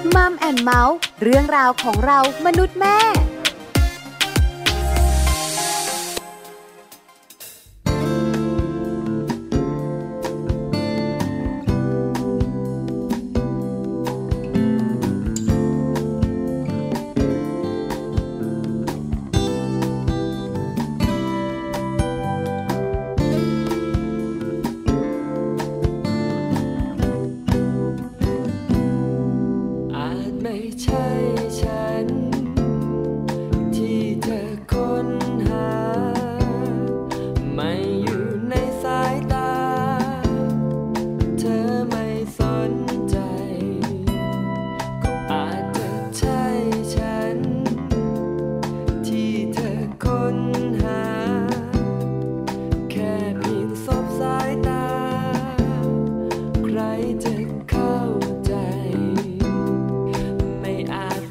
มัมแอนเมาส์เรื่องราวของเรามนุษย์แม่ไม่อาจ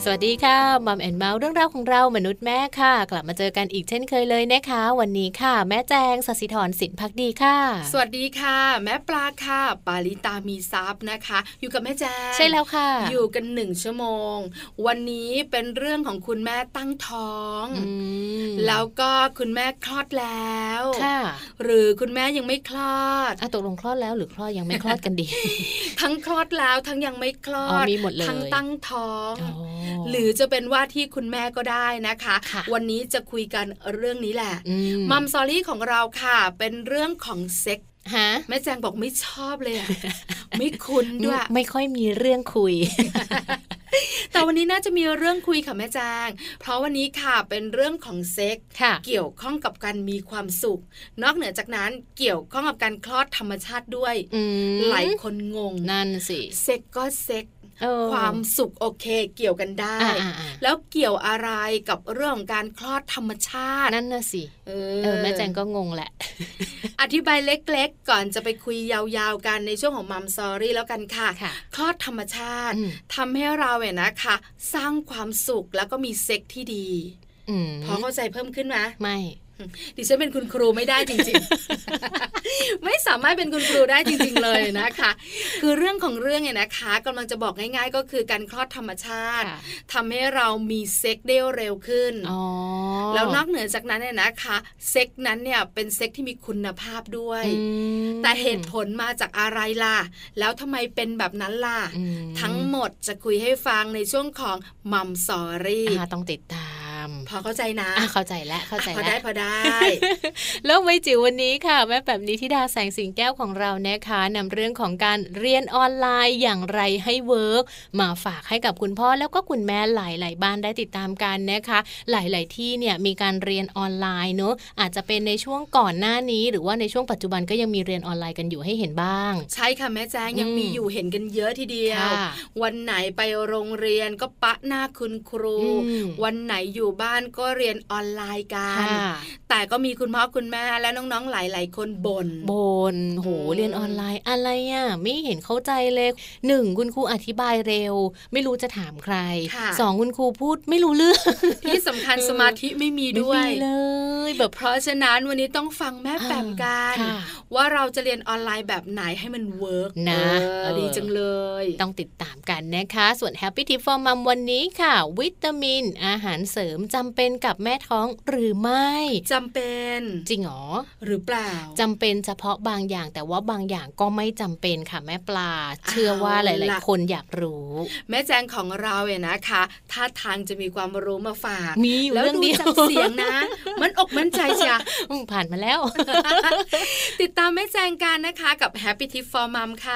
สวัสดีค่ะมัมแอนเมาส์เรื่องราวของเรามนุษย์แม่ค่ะกลับมาเจอกันอีกเช่นเคยเลยนะคะวันนี้ค่ะแม่แจงศศิธรสินภักดีค่ะสวัสดีค่ะแม่ปลาค่ะปาลิตามีซับนะคะอยู่กับแม่แจงใช่แล้วค่ะอยู่กัน1 ชั่วโมงวันนี้เป็นเรื่องของคุณแม่ตั้งท้องแล้วก็คุณแม่คลอดแล้วค่ะหรือคุณแม่ยังไม่คลอดตกลงคลอดแล้วหรือคลอดยังไม่คลอดกันดีทั้งคลอดแล้วทั้งยังไม่คลอดมีหมดเลยทั้งตั้งท้องหรือจะเป็นว่าที่คุณแม่ก็ได้นะคะวันนี้จะคุยกันเรื่องนี้แหละมัมซอรี่ของเราค่ะเป็นเรื่องของเซ็กแม่แจงบอกไม่ชอบเลยอะ ไม่คุ้นด้วยไม่ค่อยมีเรื่องคุยแต่วันนี้น่าจะมีเรื่องคุยค่ะแม่แจงเพราะวันนี้ค่ะเป็นเรื่องของเซ็กเกี่ยวข้องกับการมีความสุขนอกเหนือจากนั้นเกี่ยวข้องกับการคลอดธรรมชาติด้วยหลายคนงงนั่นสิเซ็กก็เซ็กความสุขโอเคเกี่ยวกันได้แล้วเกี่ยวอะไรกับเรื่องของการคลอดธรรมชาตินั่นน่ะสิแม่แจงก็งงแหละอธิบายเล็กๆก่อนจะไปคุยยาวๆกันในช่วงของมัมซอรี่แล้วกันค่ะคลอดธรรมชาติทำให้เราเนี่ยนะคะสร้างความสุขแล้วก็มีเซ็กที่ดีพอเข้าใจเพิ่มขึ้นไหมไม่ดิฉันเป็นคุณครูไม่ได้จริงๆ ไม่สามารถเป็นคุณครูได้จริงๆเลยนะคะคือเรื่องของเรื่องเนี่ยนะคะกำลังจะบอกง่ายๆก็คือการคลอดธรรมชาติทำให้เรามีเซ็กได้เร็วขึ้นแล้วนอกเหนือจากนั้นเนี่ยนะคะเซ็กนั้นเนี่ยเป็นเซ็กที่มีคุณภาพด้วยแต่เหตุผลมาจากอะไรล่ะแล้วทำไมเป็นแบบนั้นล่ะทั้งหมดจะคุยให้ฟังในช่วงของมัมซอรี่ต้องติดตามพอเข้าใจนะเข้าใจแล้วเข้าใจแล้วพอได้แล้วไม่จิ๋ววันนี้ค่ะแม่แบบนี้ธิดาแสงสิงแก้วของเรานะคะนำเรื่องของการเรียนออนไลน์อย่างไรให้เวิร์กมาฝากให้กับคุณพ่อแล้วก็คุณแม่หลายๆบ้านได้ติดตามกันนะคะหลายๆที่เนี่ยมีการเรียนออนไลน์เนอะอาจจะเป็นในช่วงก่อนหน้านี้หรือว่าในช่วงปัจจุบันก็ยังมีเรียนออนไลน์กันอยู่ให้เห็นบ้างใช่ค่ะแม่แจ้งยังมีอยู่เห็นกันเยอะทีเดียววันไหนไปโรงเรียนก็ปะหน้าคุณครูวันไหนอยู่บ้านก็เรียนออนไลน์กันแต่ก็มีคุณพ่อคุณแม่และน้องๆหลายๆคนบ่นโหเรียนออนไลน์อะไรอ่ะไม่เห็นเข้าใจเลย1คุณครูอธิบายเร็วไม่รู้จะถามใคร2คุณครูพูดไม่รู้เรื่องที่สำคัญสมาธิไม่มีด้วยเลยแบบเพราะฉะนั้นวันนี้ต้องฟังแม่แปมกันว่าเราจะเรียนออนไลน์แบบไหนให้มันเวิร์กนะดีจังเลยต้องติดตามกันนะคะส่วน Happy Tip for Mom วันนี้ค่ะวิตามินอาหารเสริมจำเป็นกับแม่ท้องหรือไม่จำเป็นจริงหรอหรือเปล่าจำเป็นเฉพาะบางอย่างแต่ว่าบางอย่างก็ไม่จำเป็นค่ะแม่ปลาเชื่อว่าหลายๆคนอยากรู้แม่แจงของเราเนี่ยนะคะท่าทางจะมีความรู้มาฝากมีแล้วดูจากเสียงนะมันอกมั่นใจจ้ะผ่านมาแล้วติดตามแม่แจงกันนะคะกับ Happy Tip for Mom ค่ะ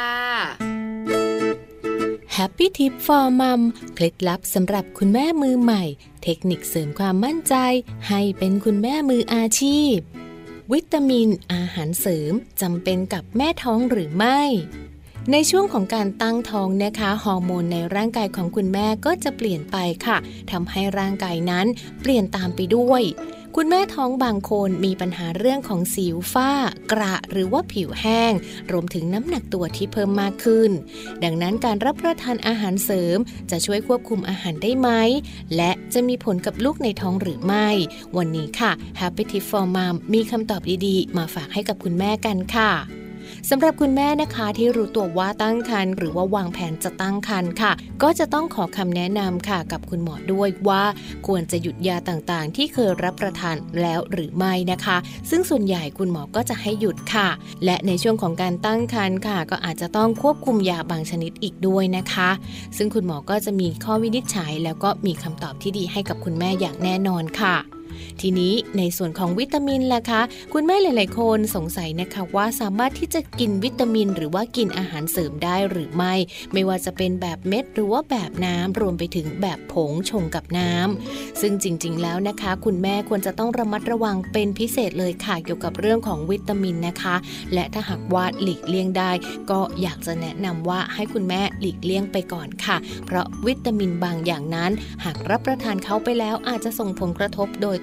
Happy Tip for Mom เคล็ดลับสำหรับคุณแม่มือใหม่เทคนิคเสริมความมั่นใจให้เป็นคุณแม่มืออาชีพวิตามินอาหารเสริมจำเป็นกับแม่ท้องหรือไม่ในช่วงของการตั้งท้องนะคะฮอร์โมนในร่างกายของคุณแม่ก็จะเปลี่ยนไปค่ะทำให้ร่างกายนั้นเปลี่ยนตามไปด้วยคุณแม่ท้องบางคนมีปัญหาเรื่องของสิวฝ้ากระหรือว่าผิวแห้งรวมถึงน้ำหนักตัวที่เพิ่มมากขึ้นดังนั้นการรับประทานอาหารเสริมจะช่วยควบคุมอาหารได้ไหมและจะมีผลกับลูกในท้องหรือไม่วันนี้ค่ะ Happy Tip for Mom มีคำตอบดีๆมาฝากให้กับคุณแม่กันค่ะสำหรับคุณแม่นะคะที่รู้ตัวว่าตั้งครรภ์หรือว่าวางแผนจะตั้งครรภ์ค่ะก็จะต้องขอคำแนะนำค่ะกับคุณหมอด้วยว่าควรจะหยุดยาต่างๆที่เคยรับประทานแล้วหรือไม่นะคะซึ่งส่วนใหญ่คุณหมอก็จะให้หยุดค่ะและในช่วงของการตั้งครรภ์ค่ะก็อาจจะต้องควบคุมยาบางชนิดอีกด้วยนะคะซึ่งคุณหมอก็จะมีข้อวินิจฉัยแล้วก็มีคำตอบที่ดีให้กับคุณแม่อย่างแน่นอนค่ะทีนี้ในส่วนของวิตามินล่ะคะคุณแม่หลายๆคนสงสัยนะคะว่าสามารถที่จะกินวิตามินหรือว่ากินอาหารเสริมได้หรือไม่ว่าจะเป็นแบบเม็ดหรือว่าแบบน้ำรวมไปถึงแบบผงชงกับน้ำซึ่งจริงๆแล้วนะคะคุณแม่ควรจะต้องระมัดระวังเป็นพิเศษเลยค่ะเกี่ยวกับเรื่องของวิตามินนะคะและถ้าหากว่าหลีกเลี่ยงได้ก็อยากจะแนะนำว่าให้คุณแม่หลีกเลี่ยงไปก่อนค่ะเพราะวิตามินบางอย่างนั้นหากรับประทานเขาไปแล้วอาจจะส่งผลกระทบโดย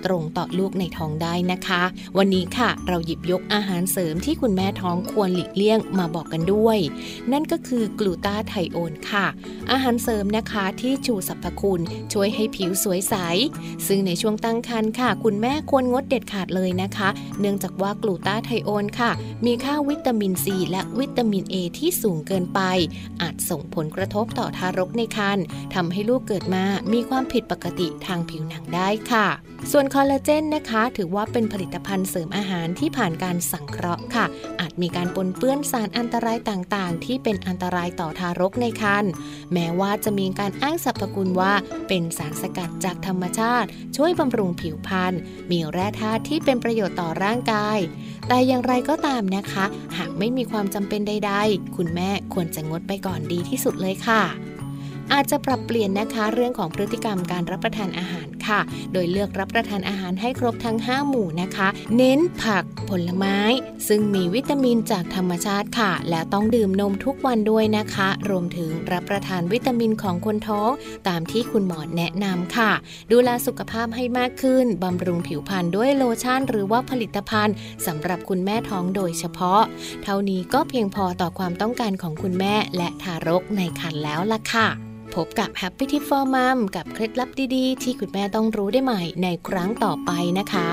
ตรงต่อลูกในท้องได้นะคะวันนี้ค่ะเราหยิบยกอาหารเสริมที่คุณแม่ท้องควรหลีกเลี่ยงมาบอกกันด้วยนั่นก็คือกลูตาไทโอนค่ะอาหารเสริมนะคะที่ชูสรรพคุณช่วยให้ผิวสวยใสซึ่งในช่วงตั้งครรภ์ค่ะคุณแม่ควรงดเด็ดขาดเลยนะคะเนื่องจากว่ากลูตาไทโอนค่ะมีค่าวิตามินซีและวิตามินเอที่สูงเกินไปอาจส่งผลกระทบต่อทารกในครรภ์ทำให้ลูกเกิดมามีความผิดปกติทางผิวหนังได้ค่ะส่วนคอลลาเจนนะคะถือว่าเป็นผลิตภัณฑ์เสริมอาหารที่ผ่านการสังเคราะห์ค่ะอาจมีการปนเปื้อนสารอันตรายต่างๆที่เป็นอันตรายต่อทารกในครรภ์แม้ว่าจะมีการอ้างสรรพคุณว่าเป็นสารสกัดจากธรรมชาติช่วยบำรุงผิวพรรณมีแร่ธาตุที่เป็นประโยชน์ต่อร่างกายแต่อย่างไรก็ตามนะคะหากไม่มีความจำเป็นใดๆคุณแม่ควรจะงดไปก่อนดีที่สุดเลยค่ะอาจจะปรับเปลี่ยนนะคะเรื่องของพฤติกรรมการรับประทานอาหารค่ะโดยเลือกรับประทานอาหารให้ครบทั้ง5หมู่นะคะเน้นผักผลไม้ซึ่งมีวิตามินจากธรรมชาติค่ะและต้องดื่มนมทุกวันด้วยนะคะรวมถึงรับประทานวิตามินของคนท้องตามที่คุณหมอแนะนำค่ะดูแลสุขภาพให้มากขึ้นบำรุงผิวพรรณด้วยโลชั่นหรือว่าผลิตภัณฑ์สำหรับคุณแม่ท้องโดยเฉพาะเท่านี้ก็เพียงพอต่อความต้องการของคุณแม่และทารกในครรภ์แล้วล่ะค่ะพบกับ Happy Tip for Mom กับเคล็ดลับดีๆที่คุณแม่ต้องรู้ได้ใหม่ในครั้งต่อไปนะคะ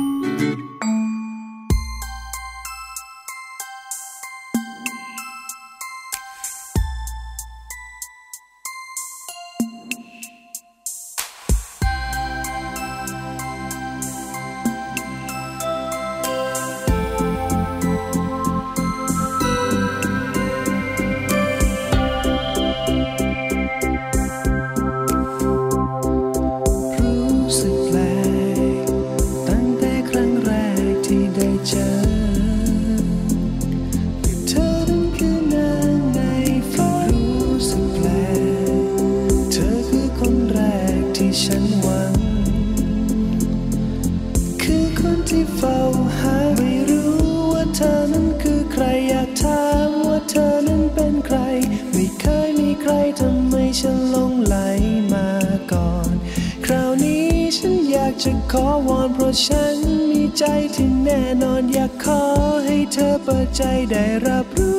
จะขอวอนเพราะฉันมีใจที่แน่นอนอยากขอให้เธอเปิดใจได้รับรู้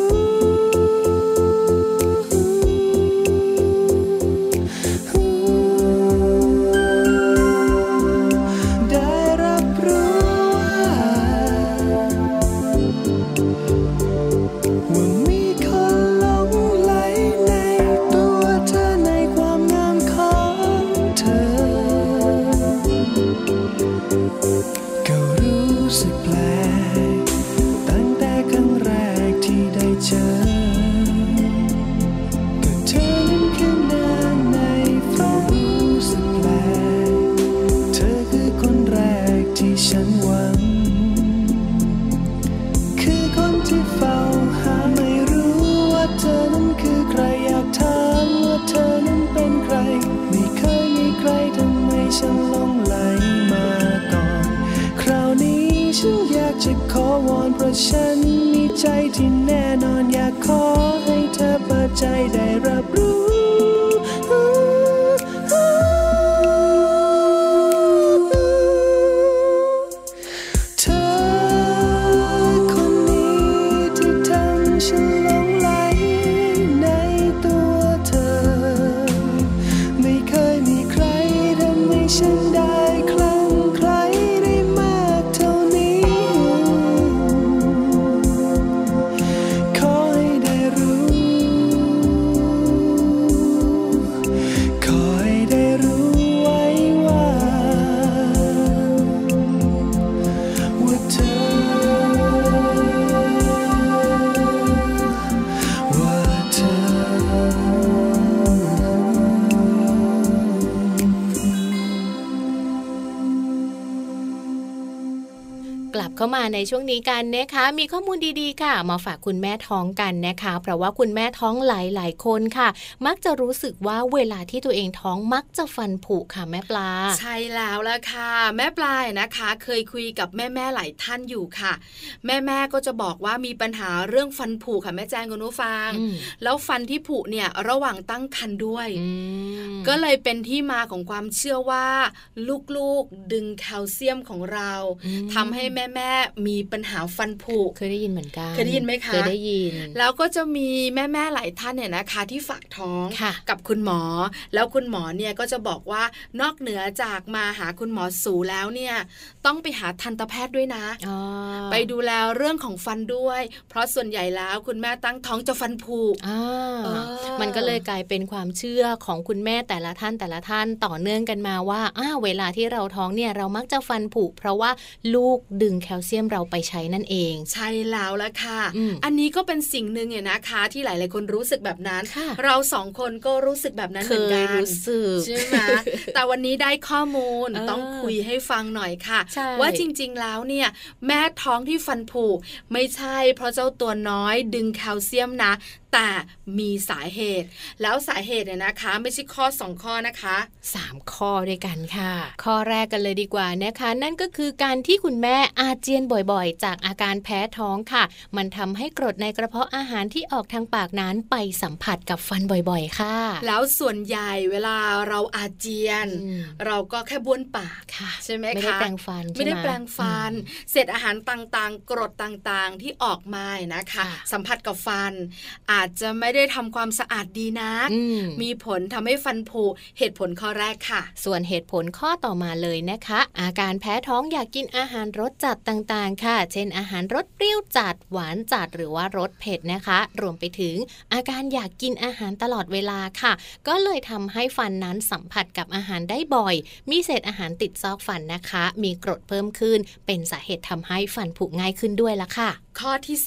ฉันมีใจที่แน่นอนอยากขอให้เธอเปิดใจได้รับรู้เธอคนนี้ที่ทำฉันหลงไหลในตัวเธอไม่เคยมีใครทำให้ฉันได้คลั่งไคล้ได้มากเท่านี้ขอให้ได้รู้ลับเข้ามาในช่วงนี้กันนะคะมีข้อมูลดีๆค่ะมาฝากคุณแม่ท้องกันนะคะเพราะว่าคุณแม่ท้องหลายๆคนค่ะมักจะรู้สึกว่าเวลาที่ตัวเองท้องมักจะฟันผุค่ะแม่ปลาใช่แล้วล่ะค่ะแม่ปลานะคะเคยคุยกับแม่หลายท่านอยู่ค่ะแม่ก็จะบอกว่ามีปัญหาเรื่องฟันผุค่ะแม่แจงคุณผู้ฟังแล้วฟันที่ผุเนี่ยระหว่างตั้งครรภ์ด้วยก็เลยเป็นที่มาของความเชื่อว่าลูกๆดึงแคลเซียมของเราทำให้แม่มีปัญหาฟันผุเคยได้ยินเหมือนกันเคยได้ยินไหมคะเคยได้ยินแล้วก็จะมีแม่หลายท่านเนี่ยนะคะที่ฝากท้องกับคุณหมอแล้วคุณหมอเนี่ยก็จะบอกว่านอกเหนือจากมาหาคุณหมอสูแล้วเนี่ยต้องไปหาทันตแพทย์ด้วยนะไปดูแลเรื่องของฟันด้วยเพราะส่วนใหญ่แล้วคุณแม่ตั้งท้องจะฟันผุมันก็เลยกลายเป็นความเชื่อของคุณแม่แต่ละท่านต่อเนื่องกันมาว่าเวลาที่เราท้องเนี่ยเรามักจะฟันผุเพราะว่าลูกดึงแคลเซียมเราไปใช้นั่นเองใช่แล้วละค่ะอันนี้ก็เป็นสิ่งหนึ่งเนี่ยนะคะที่หลายๆคนรู้สึกแบบนั้นเราสองคนก็รู้สึกแบบนั้นเหมือนกันรู้สึกใช่ไหมแต่วันนี้ได้ข้อมูลต้องคุยให้ฟังหน่อยค่ะว่าจริงๆแล้วเนี่ยแม่ท้องที่ฟันผุไม่ใช่เพราะเจ้าตัวน้อยดึงแคลเซียมนะแต่มีสาเหตุแล้วสาเหตุเนี่ยนะคะไม่ใช่ข้อ2ข้อนะคะ 3ข้อด้วยกันค่ะข้อแรกกันเลยดีกว่านะคะนั่นก็คือการที่คุณแม่อาเจียนบ่อยๆจากอาการแพ้ท้องค่ะมันทำให้กรดในกระเพาะอาหารที่ออกทางปากนั้นไปสัมผัสกับฟันบ่อยๆค่ะแล้วส่วนใหญ่เวลาเราอาเจียนเราก็แค่บ้วนปากใช่ไหมคะไม่ได้แปรงฟันไม่ได้แปรงฟันเศษอาหารต่างๆกรดต่างๆที่ออกมานะคะสัมผัสกับฟันอาจจะไม่ได้ทำความสะอาดดีนักมีผลทำให้ฟันผุเหตุผลข้อแรกค่ะส่วนเหตุผลข้อต่อมาเลยนะคะอาการแพ้ท้องอยากกินอาหารรสจัดต่างๆค่ะเช่นอาหารรสเปรี้ยวจัดหวานจัดหรือว่ารสเผ็ดนะคะรวมไปถึงอาการอยากกินอาหารตลอดเวลาค่ะก็เลยทำให้ฟันนั้นสัมผัสกับอาหารได้บ่อยมีเศษอาหารติดซอกฟันนะคะมีกรดเพิ่มขึ้นเป็นสาเหตุทำให้ฟันผุง่ายขึ้นด้วยละค่ะข้อที่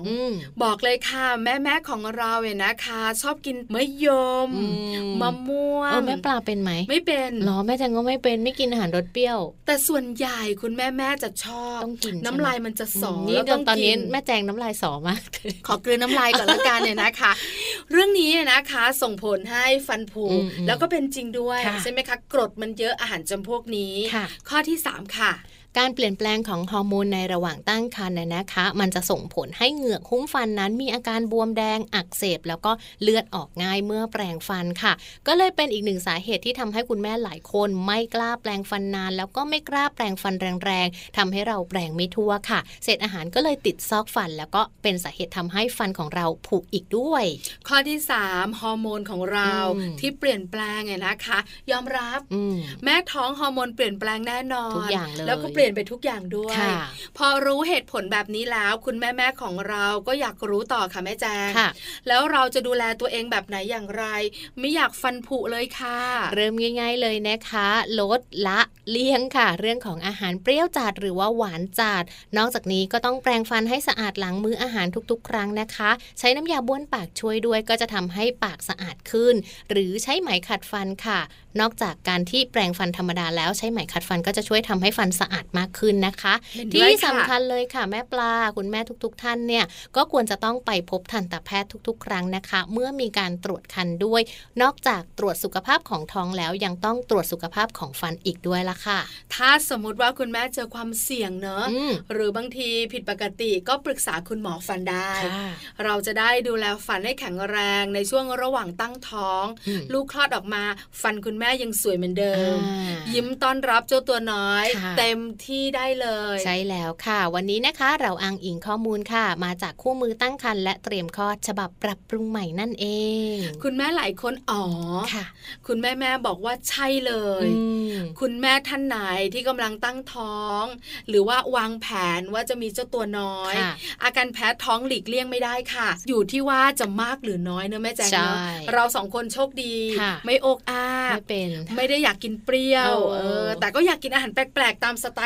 2บอกเลยค่ะแม่ของเราเนี่ยนะคะชอบกินมะยมมะม่วงแม่ปลาเป็นไหมไม่เป็นหรอแม่จังก็ไม่เป็นไม่กินอาหารรสเปรี้ยวแต่ส่วนใหญ่คุณแม่จะชอบต้องกินน้ำลายมันจะสอแล้วตอนนี้แม่แจงน้ำลายสอมากขอกลืนน้ำลายก่อนละกันเนี่ยนะคะเรื่องนี้นะคะส่งผลให้ฟันผุแล้วก็เป็นจริงด้วยใช่ไหมคะกรดมันเยอะอาหารจำพวกนี้ข้อที่3ค่ะการเปลี่ยนแปลงของฮอร์โมนในระหว่างตั้งครรภ์นะคะมันจะส่งผลให้เหงือกหุ้มฟันนั้นมีอาการบวมแดงอักเสบแล้วก็เลือดออกง่ายเมื่อแปรงฟันค่ะก็เลยเป็นอีกหนึ่งสาเหตุที่ทำให้คุณแม่หลายคนไม่กล้าแปรงฟันนานแล้วก็ไม่กล้าแปรงฟันแรงๆทำให้เราแปรงไม่ทั่วค่ะเศษอาหารก็เลยติดซอกฟันแล้วก็เป็นสาเหตุทำให้ฟันของเราผุอีกด้วยข้อที่3ฮอร์โมนของเราที่เปลี่ยนแปลงเนี่ยนะคะยอมรับแม่ท้องฮอร์โมนเปลี่ยนแปลงแน่นอนทุกอย่างเลยแล้วก็เปลี่ยนไปทุกอย่างด้วยพอรู้เหตุผลแบบนี้แล้วคุณแม่ของเราก็อยากรู้ต่อค่ะแม่แจงแล้วเราจะดูแลตัวเองแบบไหนอย่างไรไม่อยากฟันผุเลยค่ะเริ่มง่ายๆเลยนะคะลดละเลี่ยงค่ะเรื่องของอาหารเปรี้ยวจัดหรือว่าหวานจัดนอกจากนี้ก็ต้องแปรงฟันให้สะอาดหลังมื้ออาหารทุกๆครั้งนะคะใช้น้ำยาบ้วนปากช่วยด้วยก็จะทำให้ปากสะอาดขึ้นหรือใช้ไหมขัดฟันค่ะนอกจากการที่แปรงฟันธรรมดาแล้วใช้ไหมขัดฟันก็จะช่วยทำให้ฟันสะอาดมากขึ้นนะคะที่สำคัญเลยค่ะแม่ปลาคุณแม่ทุกๆท่านเนี่ยก็ควรจะต้องไปพบทันตแพทย์ทุกๆครั้งนะคะเมื่อมีการตรวจครรภ์ด้วยนอกจากตรวจสุขภาพของท้องแล้วยังต้องตรวจสุขภาพของฟันอีกด้วยละค่ะถ้าสมมุติว่าคุณแม่เจอความเสี่ยงเนอะหรือบางทีผิดปกติก็ปรึกษาคุณหมอฟันได้เราจะได้ดูแลฟันให้แข็งแรงในช่วงระหว่างตั้งท้องลูกคลอดออกมาฟันคุณแม่ยังสวยเหมือนเดิมยิ้มต้อนรับเจ้าตัวน้อยเต็มที่ได้เลยใช่แล้วค่ะวันนี้นะคะเราอ้างอิงข้อมูลค่ะมาจากคู่มือตั้งครรภ์และเตรียมคลอดฉบับปรับปรุงใหม่นั่นเองคุณแม่หลายคนค่ะคุณแม่บอกว่าใช่เลยคุณแม่ท่านไหนที่กำลังตั้งท้องหรือว่าวางแผนว่าจะมีเจ้าตัวน้อยอาการแพ้ท้องหลีกเลี่ยงไม่ได้ค่ะอยู่ที่ว่าจะมากหรือน้อยเนอะแม่แจ๊คเนอะเรา2คนโชคดีไม่โอกอาไม่เป็นไม่ได้อยากกินเปรี้ยวแต่ก็อยากกินอาหารแปลกๆตามสไตล์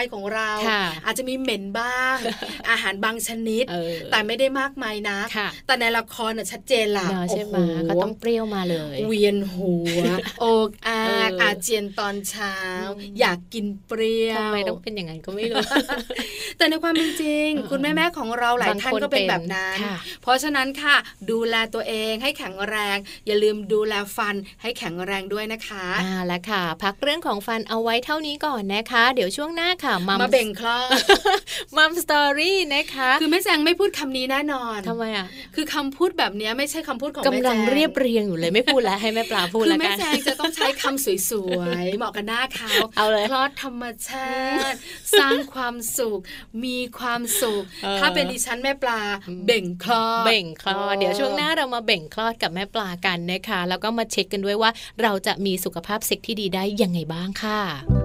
ของเราอาจจะมีเหม็นบ้าง อาหารบางชนิดแต่ไม่ได้มากมายนะแต่ในละครชัดเจนล่ะใช่ไหมก็ต้องเปรี้ยวมาเลยเวียนหัวอกอาเจียนตอนเช้าอยากกินเปรี้ยวทำไมต้องเป็นอย่างนั้นก็ไม่รู้แต่ในความเป็นจริงคุณแม่ๆของเราหลายท่านก็เป็นแบบนั้นเพราะฉะนั้นค่ะดูแลตัวเองให้แข็งแรงอย่าลืมดูแลฟันให้แข็งแรงด้วยนะคะแล้วค่ะพักเรื่องของฟันเอาไว้เท่านี้ก่อนนะคะเดี๋ยวช่วงหน้าค่ะมาเบ่งคลอดมัมสตอรี่นะคะคือแม่แจงไม่พูดคำนี้แน่นอนทำไมอ่ะคือคำพูดแบบนี้ไม่ใช่คำพูดของแม่แจงกำลังเรียบเรียงอยู่เลยไม่พูดแล้วให้แม่ปลาพูดแล้วกันคือแม่แจงจะต้องใช้คำสวยๆเหมาะกับหน้าเขาเอาเลยคลอดธรรมชาติสร้างความสุขมีความสุขถ้าเป็นดิฉันแม่ปลาเบ่งคลอดเดี๋ยวช่วงหน้าเรามาเบ่งคลอดกับแม่ปลากันนะคะแล้วก็มาเช็คกันด้วยว่าเราจะมีสุขภาพเซ็กที่ดีได้ยังไงบ้างค่ะ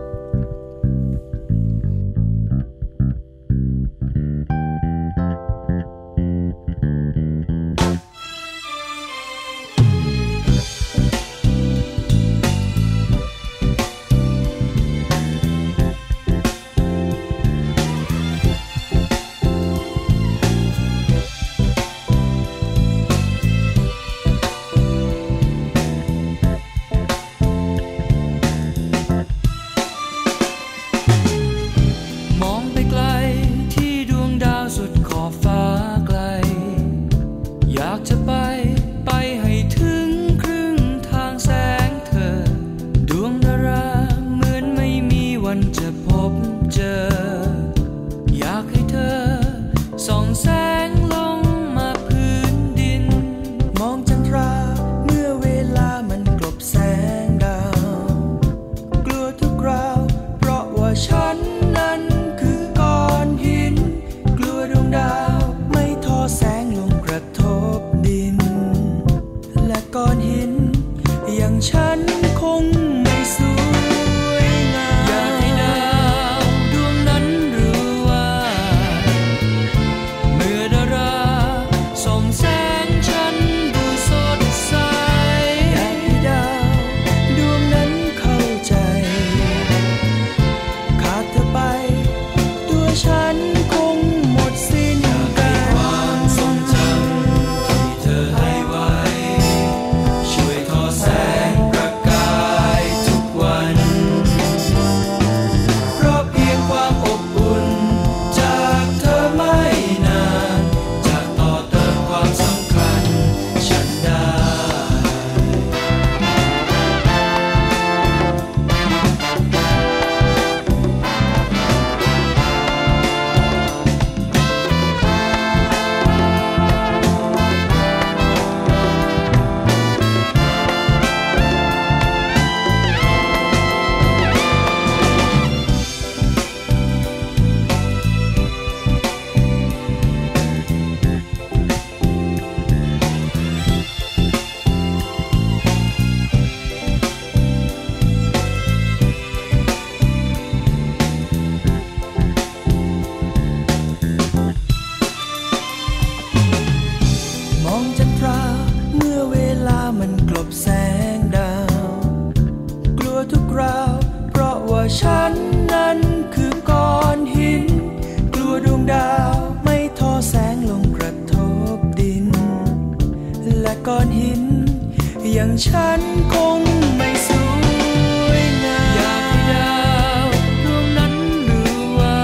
ฉันคงไม่สวยงามอยากให้ดาวดวงนั้นรู้ว่า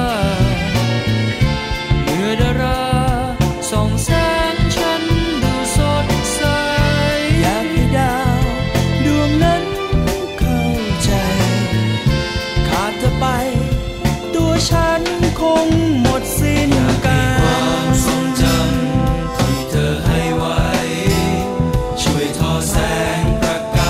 เมื่อดาราส่องแสงฉันดูสดใสอยากให้ดาวดวงนั้นเข้าใจขาดเธอไปตัวฉันคงหมดสิ้นการความทรงจำที่เธอให้ไว้ช่วยทอแสงประกา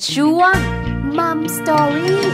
ช่วงมัมสตอรี่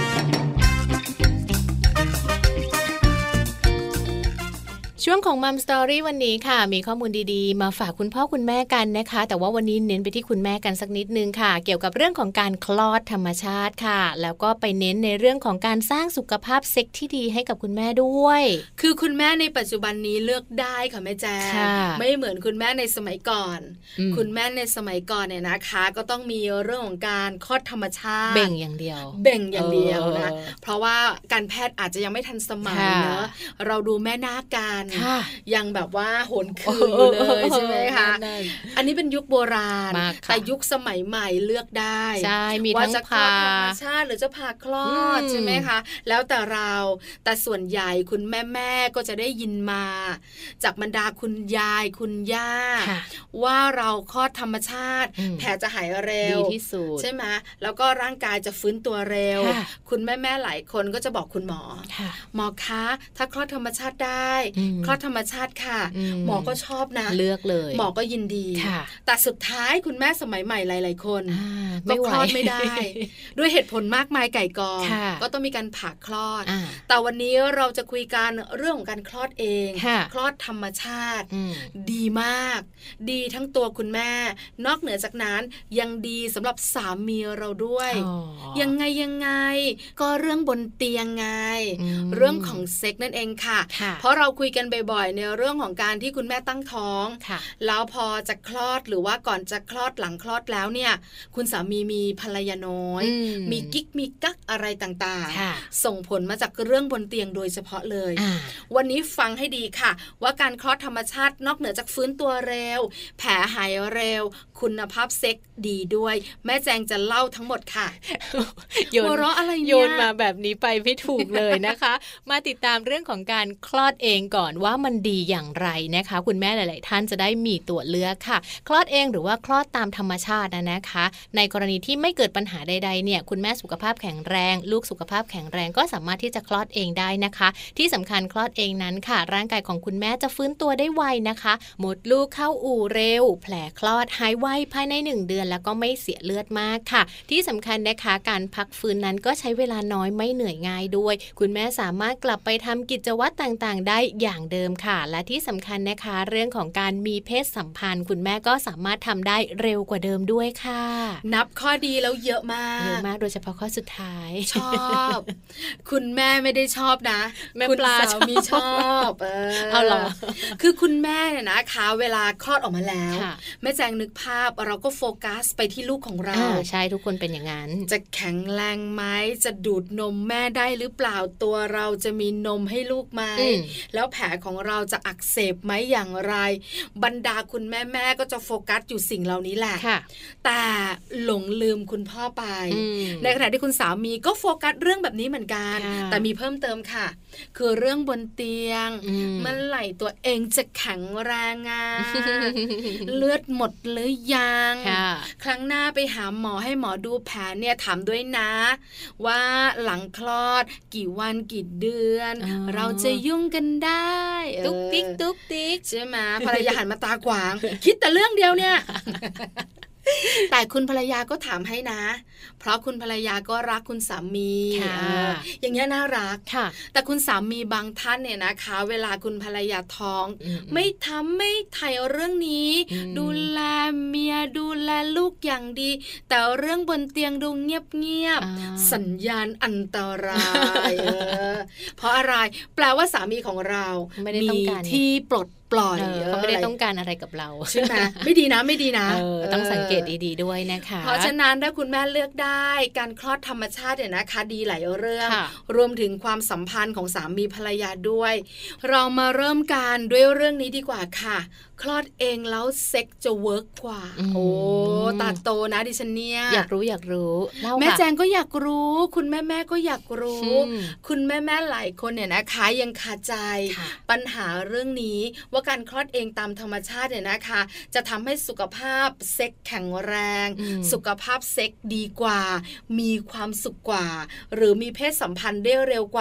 ช่วงของมัมสตอรี่วันนี้ค่ะมีข้อมูลดีๆมาฝากคุณพ่อคุณแม่กันนะคะแต่ว่าวันนี้เน้นไปที่คุณแม่กันสักนิดนึงค่ะเกี่ยวกับเรื่องของการคลอดธรรมชาติค่ะแล้วก็ไปเน้นในเรื่องของการสร้างสุขภาพเซ็กที่ดีให้กับคุณแม่ด้วยคือคุณแม่ในปัจจุบันนี้เลือกได้ค่ะแม่แจ้งไม่เหมือนคุณแม่ในสมัยก่อนคุณแม่ในสมัยก่อนเนี่ยนะคะก็ต้องมีเรื่องของการคลอดธรรมชาติเบ่งอย่างเดียวนะเพราะว่าการแพทย์อาจจะยังไม่ทันสมัยเนอะเราดูแม่นาคกันยังแบบว่าโหนคืนอยู่เลยใช่ไหมคะอันนี้เป็นยุคโบราณแต่ยุคสมัยใหม่เลือกได้ว่าจะคลอดธรรมชาติหรือจะผ่าคลอดใช่ไหมคะแล้วแต่เราแต่ส่วนใหญ่คุณแม่ก็จะได้ยินมาจากบรรดาคุณยายคุณย่าว่าเราคลอดธรรมชาติแผลจะหายเร็วดีที่สุดใช่ไหมแล้วก็ร่างกายจะฟื้นตัวเร็วคุณแม่หลายคนก็จะบอกคุณหมอคะถ้าคลอดธรรมชาติได้คลอดธรรมชาติค่ะหมอก็ชอบนะเลือกเลยหมอก็ยินดีแต่สุดท้ายคุณแม่สมัยใหม่หลายๆคนก็คลอดไม่ได้ ด้วยเหตุผลมากมายไก่กองก็ต้องมีการผ่าคลอดแต่วันนี้เราจะคุยกันเรื่องของการคลอดเองคลอดธรรมชาติดีมากดีทั้งตัวคุณแม่นอกเหนือจากนั้นยังดีสำหรับสามีเราด้วยยังไงก็เรื่องบนเตียงไงเรื่องของเซ็กนั่นเองค่ะเพราะเราคุยกันบ่อยๆในเรื่องของการที่คุณแม่ตั้งท้องแล้วพอจะคลอดหรือว่าก่อนจะคลอดหลังคลอดแล้วเนี่ยคุณสามีมีภรรยาน้อยมีกิ๊กมีกั๊กอะไรต่างๆส่งผลมาจากเรื่องบนเตียงโดยเฉพาะเลยวันนี้ฟังให้ดีค่ะว่าการคลอดธรรมชาตินอกเหนือจากฟื้นตัวเร็วแผลหายเร็วคุณภาพเซ็กดีด้วยแม่แจงจะเล่าทั้งหมดค่ะหัวเราะอะไรเนี่ยโยนมาแบบนี้ไปไม่ถูกเลยนะคะ มาติดตามเรื่องของการคลอดเองก่อนว่ามันดีอย่างไรนะคะคุณแม่หลายๆท่านจะได้มีตัวเลือกค่ะคลอดเองหรือว่าคลอดตามธรรมชาตินะคะในกรณีที่ไม่เกิดปัญหาใดๆเนี่ยคุณแม่สุขภาพแข็งแรงลูกสุขภาพแข็งแรงก็สามารถที่จะคลอดเองได้นะคะที่สำคัญคลอดเองนั้นค่ะร่างกายของคุณแม่จะฟื้นตัวได้ไวนะคะมดลูกเข้าอู่เร็วแผลคลอดหายไวภายใน1 เดือนแล้วก็ไม่เสียเลือดมากค่ะที่สำคัญนะคะการพักฟื้นนั้นก็ใช้เวลาน้อยไม่เหนื่อยง่ายด้วยคุณแม่สามารถกลับไปทำกิจวัตรต่างๆได้อย่างเดิมค่ะและที่สำคัญนะคะเรื่องของการมีเพศสัมพันธ์คุณแม่ก็สามารถทำได้เร็วกว่าเดิมด้วยค่ะนับข้อดีแล้วเยอะมากโดยเฉพาะข้อสุดท้ายชอบคุณแม่ไม่ได้ชอบนะแม่ปลาสามีชอบเอาหรอคือคุณแม่เนี่ยนะคะเวลาคลอดออกมาแล้วแม่แจงนึกภาพเราก็โฟกัสไปที่ลูกของเราใช่ทุกคนเป็นอย่างนั้นจะแข็งแรงไหมจะดูดนมแม่ได้หรือเปล่าตัวเราจะมีนมให้ลูกไหมแล้วแผลของเราจะอักเสบไหมอย่างไรบรรดาคุณแม่ก็จะโฟกัสอยู่สิ่งเหล่านี้แหละแต่หลงลืมคุณพ่อไปในขณะที่คุณสามีก็โฟกัสเรื่องแบบนี้เหมือนกันแต่มีเพิ่มเติมค่ะคือเรื่องบนเตียงเมื่อไหร่ตัวเองจะแข็งแรงเลือดหมดหรือยังครั้งหน้าไปหาหมอให้หมอดูแผลเนี่ยถามด้วยนะว่าหลังคลอดกี่วันกี่เดือนเราจะยุ่งกันได้ตุ๊กติ๊กตุ๊กติ๊กใช่ไหมภรรยาหันมาตากวางคิดแต่เรื่องเดียวเนี่ยแต่คุณภรรยาก็ถามให้นะเพราะคุณภรรยาก็รักคุณสามีอย่างเงี้ยน่ารักแต่คุณสามีบางท่านเนี่ยนะคะเวลาคุณภรรยาท้องไม่ถ่ายเรื่องนี้ดูแลเมียดูแลลูกอย่างดีแต่เรื่องบนเตียงดูเงียบๆสัญญาณอันตรายเพราะอะไรแปลว่าสามีของเรามีที่ปลดปล่อยเขาไม่ได้ต้องการอะไรกับเราใช่ไหมไม่ดีนะต้องสังเกตดีๆด้วยนะคะเพราะฉะนั้นถ้าคุณแม่เลือกได้การคลอดธรรมชาติเนี่ยนะคะดีหลายเรื่องรวมถึงความสัมพันธ์ของสามีภรรยาด้วยเรามาเริ่มกันด้วยเรื่องนี้ดีกว่าค่ะคลอดเองแล้วเซ็กจะเวิร์กกว่าโอ้ตาโตนะดิฉันเนี่ยอยากรู้แม่แจงก็อยากรู้คุณแม่ก็อยากรู้คุณแม่หลายคนเนี่ยนะคะยังคาใจปัญหาเรื่องนี้ว่าการคลอดเองตามธรรมชาติเนี่ยนะคะจะทำให้สุขภาพเซ็กแข็งแรงสุขภาพเซ็กดีกว่ามีความสุขกว่าหรือมีเพศสัมพันธ์ได้เร็วกว่า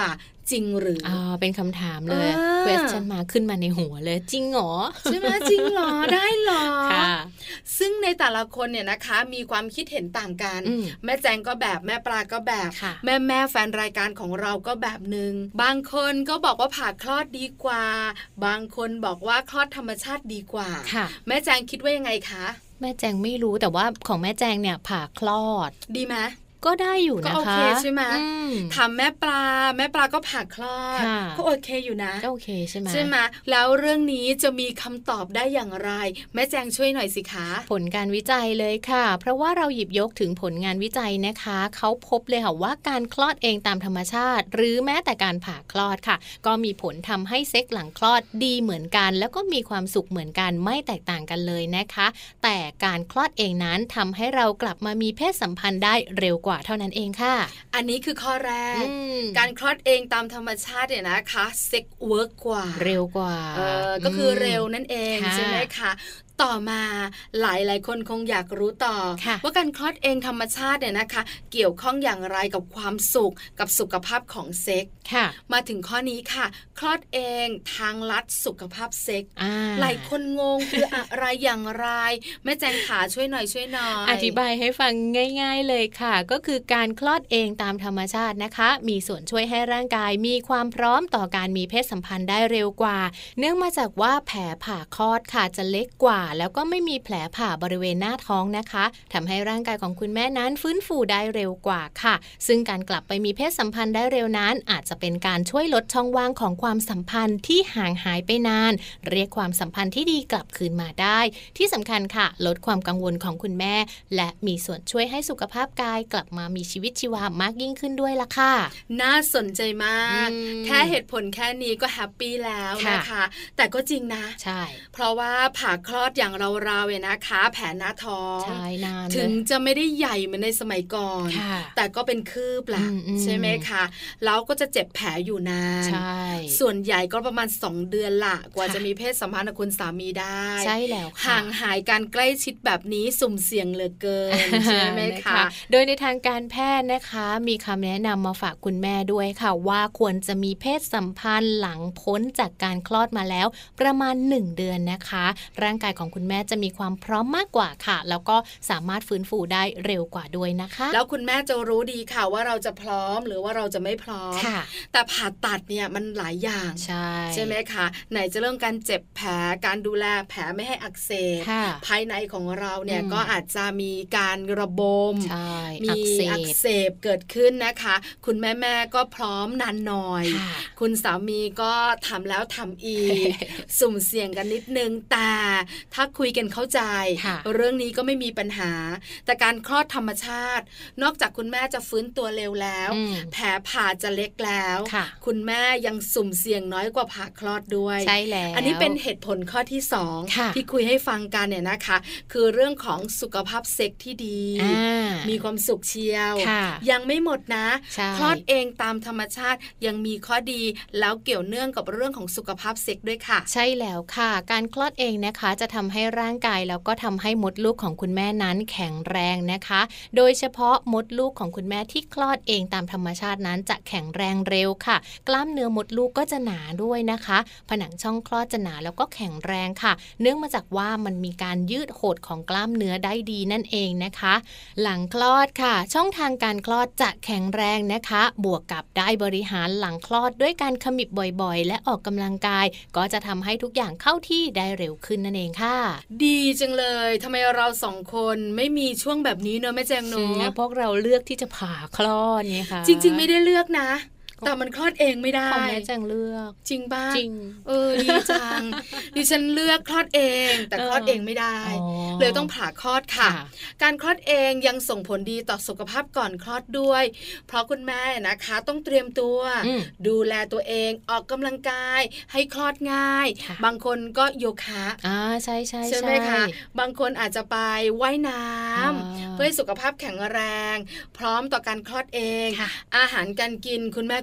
จริงหรือเป็นคำถามเลย question มาขึ้นมาในหัวเลยจริงหรอใช่ไหมจริงหรอได้หรอซึ่งในแต่ละคนเนี่ยนะคะมีความคิดเห็นต่างกันแม่แจงก็แบบแม่ปลาก็แบบแม่แฟนรายการของเราก็แบบนึงบางคนก็บอกว่าผ่าคลอดดีกว่าบางคนบอกว่าคลอดธรรมชาติดีกว่าแม่แจงคิดว่ายังไงคะแม่แจงไม่รู้แต่ว่าของแม่แจงเนี่ยผ่าคลอดดีไหมก็ได้อยู่นะคะก็โอเคใช่ไหมถามแม่ปลาก็ผ่าคลอดก็โอเคอยู่นะก็โอเคใช่ไหมแล้วเรื่องนี้จะมีคำตอบได้อย่างไรแม่แจงช่วยหน่อยสิคะผลการวิจัยเลยค่ะเพราะว่าเราหยิบยกถึงผลงานวิจัยนะคะเขาพบเลยค่ะว่าการคลอดเองตามธรรมชาติหรือแม้แต่การผ่าคลอดค่ะก็มีผลทำให้เซ็กหลังคลอดดีเหมือนกันแล้วก็มีความสุขเหมือนกันไม่แตกต่างกันเลยนะคะแต่การคลอดเองนั้นทำให้เรากลับมามีเพศสัมพันธ์ได้เร็วกว่าเท่านั้นเองค่ะอันนี้คือข้อแรกการคลอดเองตามธรรมชาติเนี่ยนะคะเซ็กเวิร์กกว่าเร็วกว่าก็คือเร็วนั่นเองใช่ไหมคะต่อมาหลายคนคงอยากรู้ต่อว่าการคลอดเองธรรมชาติเนี่ยนะคะเกี่ยวข้องอย่างไรกับความสุขกับสุขภาพของเซ็กมาถึงข้อนี้ค่ะคลอดเองทางลัดสุขภาพเซ็กหลายคนงงคืออะไรอย่างไรแม่แจงขาช่วยหน่อยอธิบายให้ฟังง่ายๆเลยค่ะก็คือการคลอดเองตามธรรมชาตินะคะมีส่วนช่วยให้ร่างกายมีความพร้อมต่อการมีเพศสัมพันธ์ได้เร็วกว่าเนื่องมาจากว่าแผลผ่าคลอดค่ะจะเล็กกว่าแล้วก็ไม่มีแผลผ่าบริเวณหน้าท้องนะคะทำให้ร่างกายของคุณแม่นั้นฟื้นฟูได้เร็วกว่าค่ะซึ่งการกลับไปมีเพศสัมพันธ์ได้เร็วนั้นอาจจะเป็นการช่วยลดช่องว่างของความสัมพันธ์ที่ห่างหายไปนานเรียกความสัมพันธ์ที่ดีกลับคืนมาได้ที่สำคัญค่ะลดความกังวลของคุณแม่และมีส่วนช่วยให้สุขภาพกายกลับมามีชีวิตชีวามากยิ่งขึ้นด้วยล่ะค่ะน่าสนใจมากแค่เหตุผลแค่นี้ก็แฮปปี้แล้วนะคะแต่ก็จริงนะใช่เพราะว่าผ่าคลอดอย่างเราเนี่ยนะคะแผลหน้าท้องถึงจะไม่ได้ใหญ่เหมือนในสมัยก่อนแต่ก็เป็นคืบละใช่ไหมคะแล้วก็จะเจ็บแผลอยู่นานส่วนใหญ่ก็ประมาณ2 เดือนละกว่าจะมีเพศสัมพันธ์กับคุณสามีได้ใช่แล้วห่างหายการใกล้ชิดแบบนี้สุ่มเสี่ยงเหลือเกินใช่ไหมคะโดยในทางการแพทย์นะคะมีคำแนะนำมาฝากคุณแม่ด้วยค่ะว่าควรจะมีเพศสัมพันธ์หลังพ้นจากการคลอดมาแล้วประมาณ1 เดือนนะคะร่างกายของคุณแม่จะมีความพร้อมมากกว่าค่ะแล้วก็สามารถฟื้นฟูได้เร็วกว่าด้วยนะคะแล้วคุณแม่จะรู้ดีค่ะว่าเราจะพร้อมหรือว่าเราจะไม่พร้อมแต่ผ่าตัดเนี่ยมันหลายอย่างใช่ไหมคะไหนจะเรื่องการเจ็บแผลการดูแลแผลไม่ให้อักเสบภายในของเราเนี่ยก็อาจจะมีการระบมมีอักเสบเกิดขึ้นนะคะคุณแม่ก็พร้อมนานหน่อยคุณสามีก็ทำแล้วทำอีก สุ่มเสี่ยงกันนิดนึงแต่ถ้าคุยกันเข้าใจเรื่องนี้ก็ไม่มีปัญหาแต่การคลอดธรรมชาตินอกจากคุณแม่จะฟื้นตัวเร็วแล้วแผลผ่าจะเล็กแล้วคุณแม่ยังสุ่มเสี่ยงน้อยกว่าผ่าคลอดด้วยใช่แล้วอันนี้เป็นเหตุผลข้อที่2ที่คุยให้ฟังกันเนี่ยนะคะคือเรื่องของสุขภาพเซ็กที่ดีมีความสุขเชียวยังไม่หมดนะคลอดเองตามธรรมชาติยังมีข้อดีแล้วเกี่ยวเนื่องกับเรื่องของสุขภาพเซ็กด้วยค่ะใช่แล้วค่ะการคลอดเองนะคะจะทำให้ร่างกายแล้วก็ทำให้มดลูกของคุณแม่นั้นแข็งแรงนะคะโดยเฉพาะมดลูกของคุณแม่ที่คลอดเองตามธรรมชาตินั้นจะแข็งแรงเร็วค่ะกล้ามเนื้อมดลูกก็จะหนาด้วยนะคะผนังช่องคลอดจะหนาแล้วก็แข็งแรงค่ะเนื่องมาจากว่ามันมีการยืดหดของกล้ามเนื้อได้ดีนั่นเองนะคะหลังคลอดค่ะช่องทางการคลอดจะแข็งแรงนะคะบวกกับได้บริหารหลังคลอดด้วยการขมิบบ่อยๆและออกกำลังกายก็จะทำให้ทุกอย่างเข้าที่ได้เร็วขึ้นนั่นเองค่ะดีจังเลยทำไมเรา2 คนไม่มีช่วงแบบนี้เนอะแม่แจงเนอะพวกเราเลือกที่จะผ่าคลอดเนี่ยค่ะจริงๆไม่ได้เลือกนะแต่มันคลอดเองไม่ได้ของแม่แจงเลือกจริงป่ะจริงดีจังดิฉันเลือกคลอดเองแต่คลอดเองไม่ได้เลยต้องผ่าคลอดค่ะการคลอดเองยังส่งผลดีต่อสุขภาพก่อนคลอดด้วยเพราะคุณแม่นะคะต้องเตรียมตัวดูแลตัวเองออกกำลังกายให้คลอดง่ายบางคนก็โยคะใช่ใช่ใช่ไหมคะบางคนอาจจะไปว่ายน้ำเพื่อให้สุขภาพแข็งแรงพร้อมต่อการคลอดเองอาหารการกินคุณแม่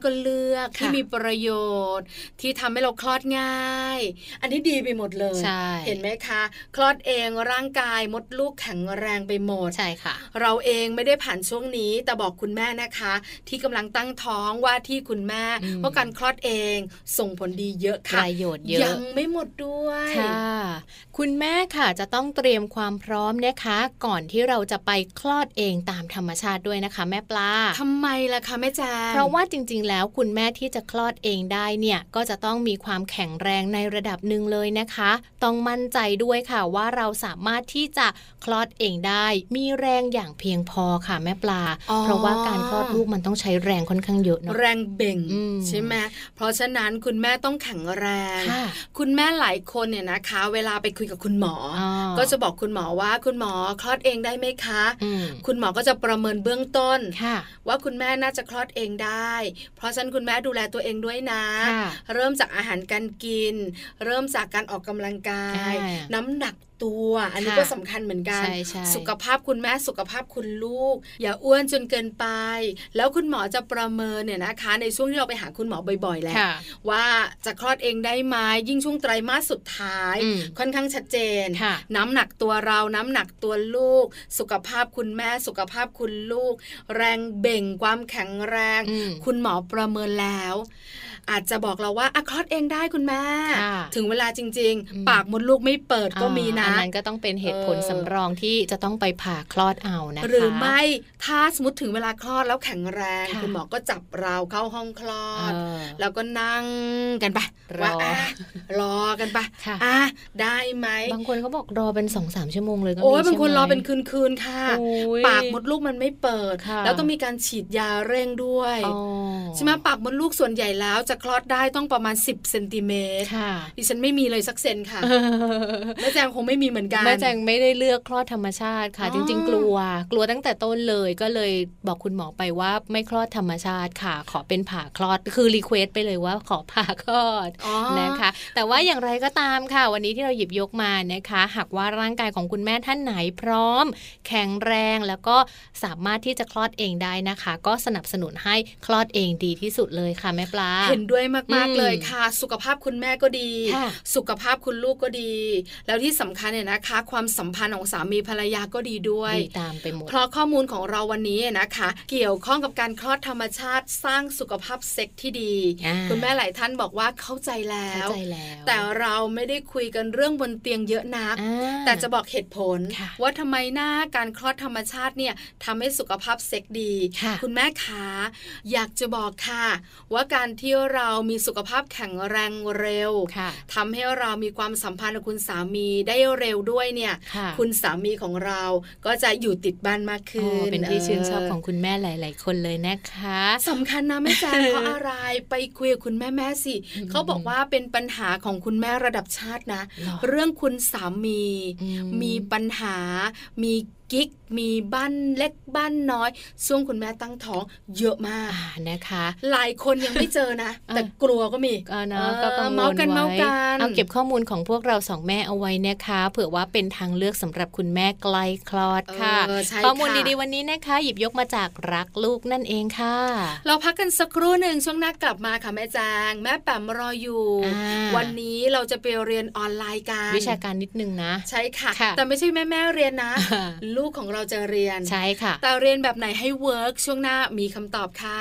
ก็เลือกที่มีประโยชน์ที่ทำให้เราคลอดง่ายอันนี้ดีไปหมดเลยเห็นไหมคะคลอดเองร่างกายมดลูกแข็งแรงไปหมดใช่ค่ะเราเองไม่ได้ผ่านช่วงนี้แต่บอกคุณแม่นะคะที่กำลังตั้งท้องว่าที่คุณแม่เพราะการคลอดเองส่งผลดีเยอะค่ะประโยชน์เยอะยังไม่หมดด้วยค่ะคุณแม่ค่ะจะต้องเตรียมความพร้อมนะคะก่อนที่เราจะไปคลอดเองตามธรรมชาติด้วยนะคะแม่ปลาทำไมล่ะคะแม่แจงเพราะว่าจริงๆแล้วคุณแม่ที่จะคลอดเองได้เนี่ยก็จะต้องมีความแข็งแรงในระดับหนึ่งเลยนะคะต้องมั่นใจด้วยค่ะว่าเราสามารถที่จะคลอดเองได้มีแรงอย่างเพียงพอค่ะแม่ปลาเพราะว่าการคลอดลูกมันต้องใช้แรงค่อนข้างเยอะเนาะแรงเบ่งใช่ไหมเพราะฉะนั้นคุณแม่ต้องแข็งแรงคุณแม่หลายคนเนี่ยนะคะเวลาไปคุยกับคุณหมอก็จะบอกคุณหมอว่าคุณหมอคลอดเองได้ไหมคะคุณหมอก็จะประเมินเบื้องต้นว่าคุณแม่น่าจะคลอดเองได้เพราะฉะนั้นคุณแม่ดูแลตัวเองด้วยนะเริ่มจากอาหารการกินเริ่มจากการออกกำลังกายน้ำหนักตัวอันนี้ก็สำคัญเหมือนกันสุขภาพคุณแม่สุขภาพคุณลูกอย่าอ้วนจนเกินไปแล้วคุณหมอจะประเมินเนี่ยนะคะในช่วงที่เราไปหาคุณหมอบ่อยๆแหละว่าจะคลอดเองได้ไหมยิ่งช่วงไตรมาสสุดท้ายค่อนข้างชัดเจนน้ำหนักตัวเราน้ำหนักตัวลูกสุขภาพคุณแม่สุขภาพคุณลูกแรงเบ่งความแข็งแรงคุณหมอประเมินแล้วอาจจะบอกเราว่าคลอดเองได้คุณแม่ถึงเวลาจริงๆปากมดลูกไม่เปิดก็มีนะอันนั้นก็ต้องเป็นเหตุผลสำรองที่จะต้องไปผ่าคลอดเอานะคะหรือไม่ถ้าสมมติถึงเวลาคลอดแล้วแข็งแรงคุณหมอก็จับเราเข้าห้องคลอดแล้วก็นั่งกันไปรอกันไปได้ไหมบางคนเขาบอกรอเป็น 2-3 ชั่วโมงเลยก็มีโอ้ยบางคนรอเป็นคืนๆค่ะปากมดลูกมันไม่เปิดแล้วต้องมีการฉีดยาเร่งด้วยใช่ไหมปากมดลูกส่วนใหญ่แล้วจะคลอดได้ต้องประมาณ10 เซนติเมตรดิฉันไม่มีเลยสักเซนค่ะแม่แจงคงไม่มีเหมือนกันแม่แจงไม่ได้เลือกคลอดธรรมชาติค่ะจริงๆกลัวตั้งแต่ต้นเลยก็เลยบอกคุณหมอไปว่าไม่คลอดธรรมชาติค่ะขอเป็นผ่าคลอดคือรีเควสไปเลยว่าขอผ่าคลอดนะคะแต่ว่าอย่างไรก็ตามค่ะวันนี้ที่เราหยิบยกมานะคะหากว่าร่างกายของคุณแม่ท่านไหนพร้อมแข็งแรงแล้วก็สามารถที่จะคลอดเองได้นะคะก็สนับสนุนให้คลอดเองดีที่สุดเลยค่ะแม่ปลาเห็นด้วยมากๆเลยค่ะสุขภาพคุณแม่ก็ดีสุขภาพคุณลูกก็ดีแล้วที่สำคัญเนี่ยนะคะความสัมพันธ์ของสามีภรรยาก็ดีด้วยตามไปหมดเพราะข้อมูลของเราวันนี้นะคะเกี่ยวข้องกับการคลอดธรรมชาติสร้างสุขภาพเซ็กที่ดีคุณแม่หลายท่านบอกว่าเข้าใจแล้วแต่เราไม่ได้คุยกันเรื่องบนเตียงเยอะนักแต่จะบอกเหตุผลว่าทำไมหน้าการคลอดธรรมชาติเนี่ยทำให้สุขภาพเซ็กดีคุณแม่ขาอยากจะบอกค่ะว่าการที่เรามีสุขภาพแข็งแรงเร็วทำให้เรามีความสัมพันธ์กับคุณสามีได้เร็วด้วยเนี่ยคุณสามีของเราก็จะอยู่ติดบ้านมากขึ้นเป็นที่ชื่นชอบของคุณแม่หลายๆคนเลยนะคะสำคัญนะแม่แจง เพราะอะไรไปคุยกับคุณแม่สิเขาบอกว่าเป็นปัญหาของคุณแม่ระดับชาตินะเรื่องคุณสามีปัญหามีกิ๊กมีบ้านเล็กบ้านน้อยช่วงคุณแม่ตั้งท้องเยอะมากนะคะหลายคนยังไม่เจอนะแต่กลัวก็มีก็กังวลไว้เอาเก็บข้อมูลของพวกเราสองแม่เอาไว้นะคะเผื่อว่าเป็นทางเลือกสำหรับคุณแม่ใกล้คลอดค่ะข้อมูลดีๆวันนี้นะคะหยิบยกมาจากรักลูกนั่นเองค่ะเราพักกันสักครู่หนึ่งช่วงหน้ากลับมาค่ะแม่แจงแม่แปมรออยู่วันนี้เราจะไปเรียนออนไลน์กันวิชาการนิดนึงนะใช่ค่ะแต่ไม่ใช่แม่เรียนนะลูกของเราจะเรียนใช่ค่ะแต่เรียนแบบไหนให้เวิร์กช่วงหน้ามีคำตอบค่ะ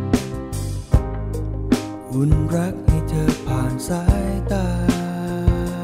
อุ่นรักให้เธอผ่านสายตา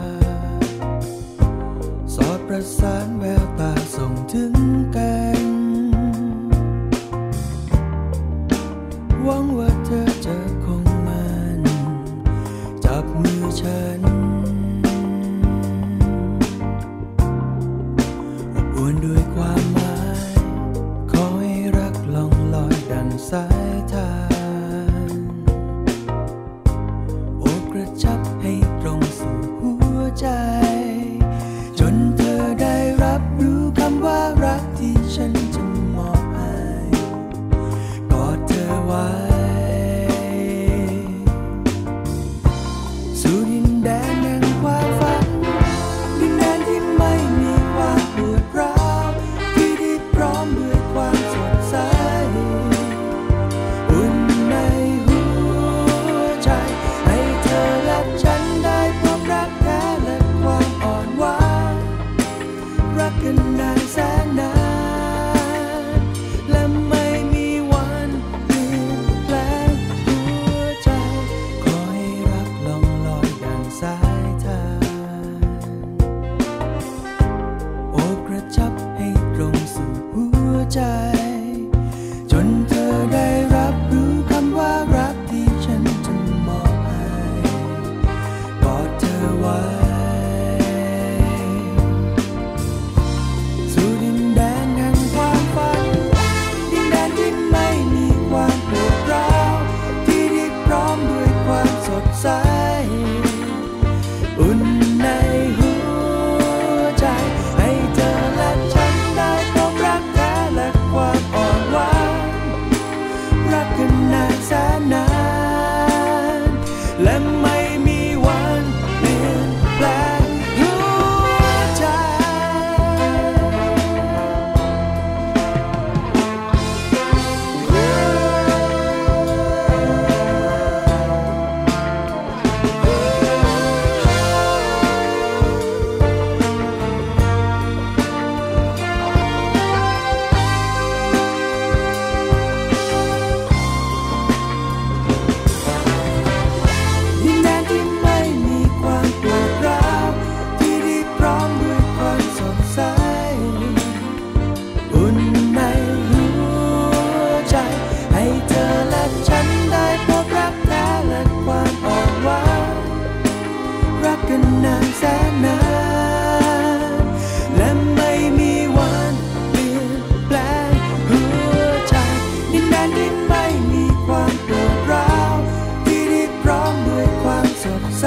อุ่นในหัวใจให้เธอและฉันได้พบรักแท้และความอ่อนหวานรักกันนานแสนนานและไม่มีวันเปลี่ยนแปลงหัวใจดินแดนที่ไม่มีความปวดร้าวที่ได้พร้อมด้วยความสดใส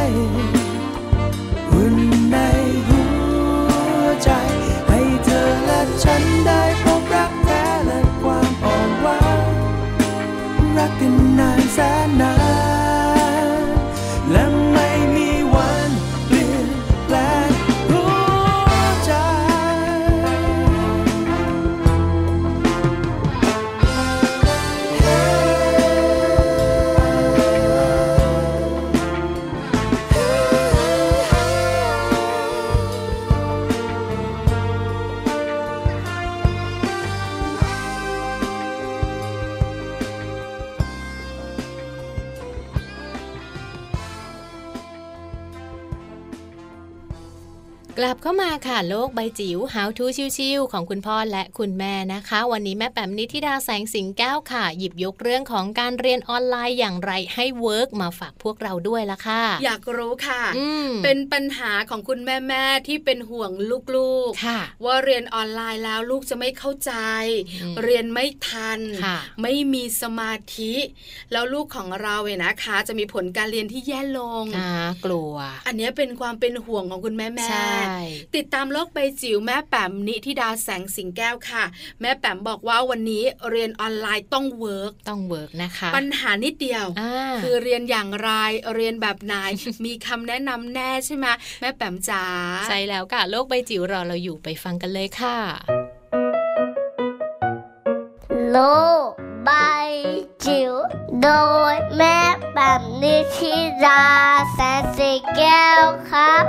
อุ่นในหัวใจให้เธอและฉันได้พบรักแท้และความอ่อนหวานรักกันนานแสนนานและไม่มีวันเปลี่ยนแปลงหัวใจกลับเข้ามาค่ะโลกใบจิ๋ว How to ชิวๆของคุณพ่อและคุณแม่นะคะวันนี้แม่แปมนิธิดาแสงสิงแก้วค่ะหยิบยกเรื่องของการเรียนออนไลน์อย่างไรให้เวิร์กมาฝากพวกเราด้วยละค่ะอยากรู้ค่ะเป็นปัญหาของคุณแม่ๆที่เป็นห่วงลูกๆว่าเรียนออนไลน์แล้วลูกจะไม่เข้าใจเรียนไม่ทันไม่มีสมาธิแล้วลูกของเราเนี่ยนะคะจะมีผลการเรียนที่แย่ลงกลัวอันนี้เป็นความเป็นห่วงของคุณแม่ติดตามโลกใบจิ๋วแม่แปมนิธิดาแสงสิงแก้วค่ะแม่แปมบอกว่าวันนี้เรียนออนไลน์ต้องเวิร์กนะคะปัญหานิดเดียวคือเรียนอย่างไรเรียนแบบไหน มีคำแนะนำแน่ใช่ไหมแม่แปมจ๋าใช่แล้วค่ะโลกใบจิ๋วรอเราอยู่ไปฟังกันเลยค่ะโลกใบจิ๋วโดยแม่แปมนิธิดาแสงสิงแก้วครับ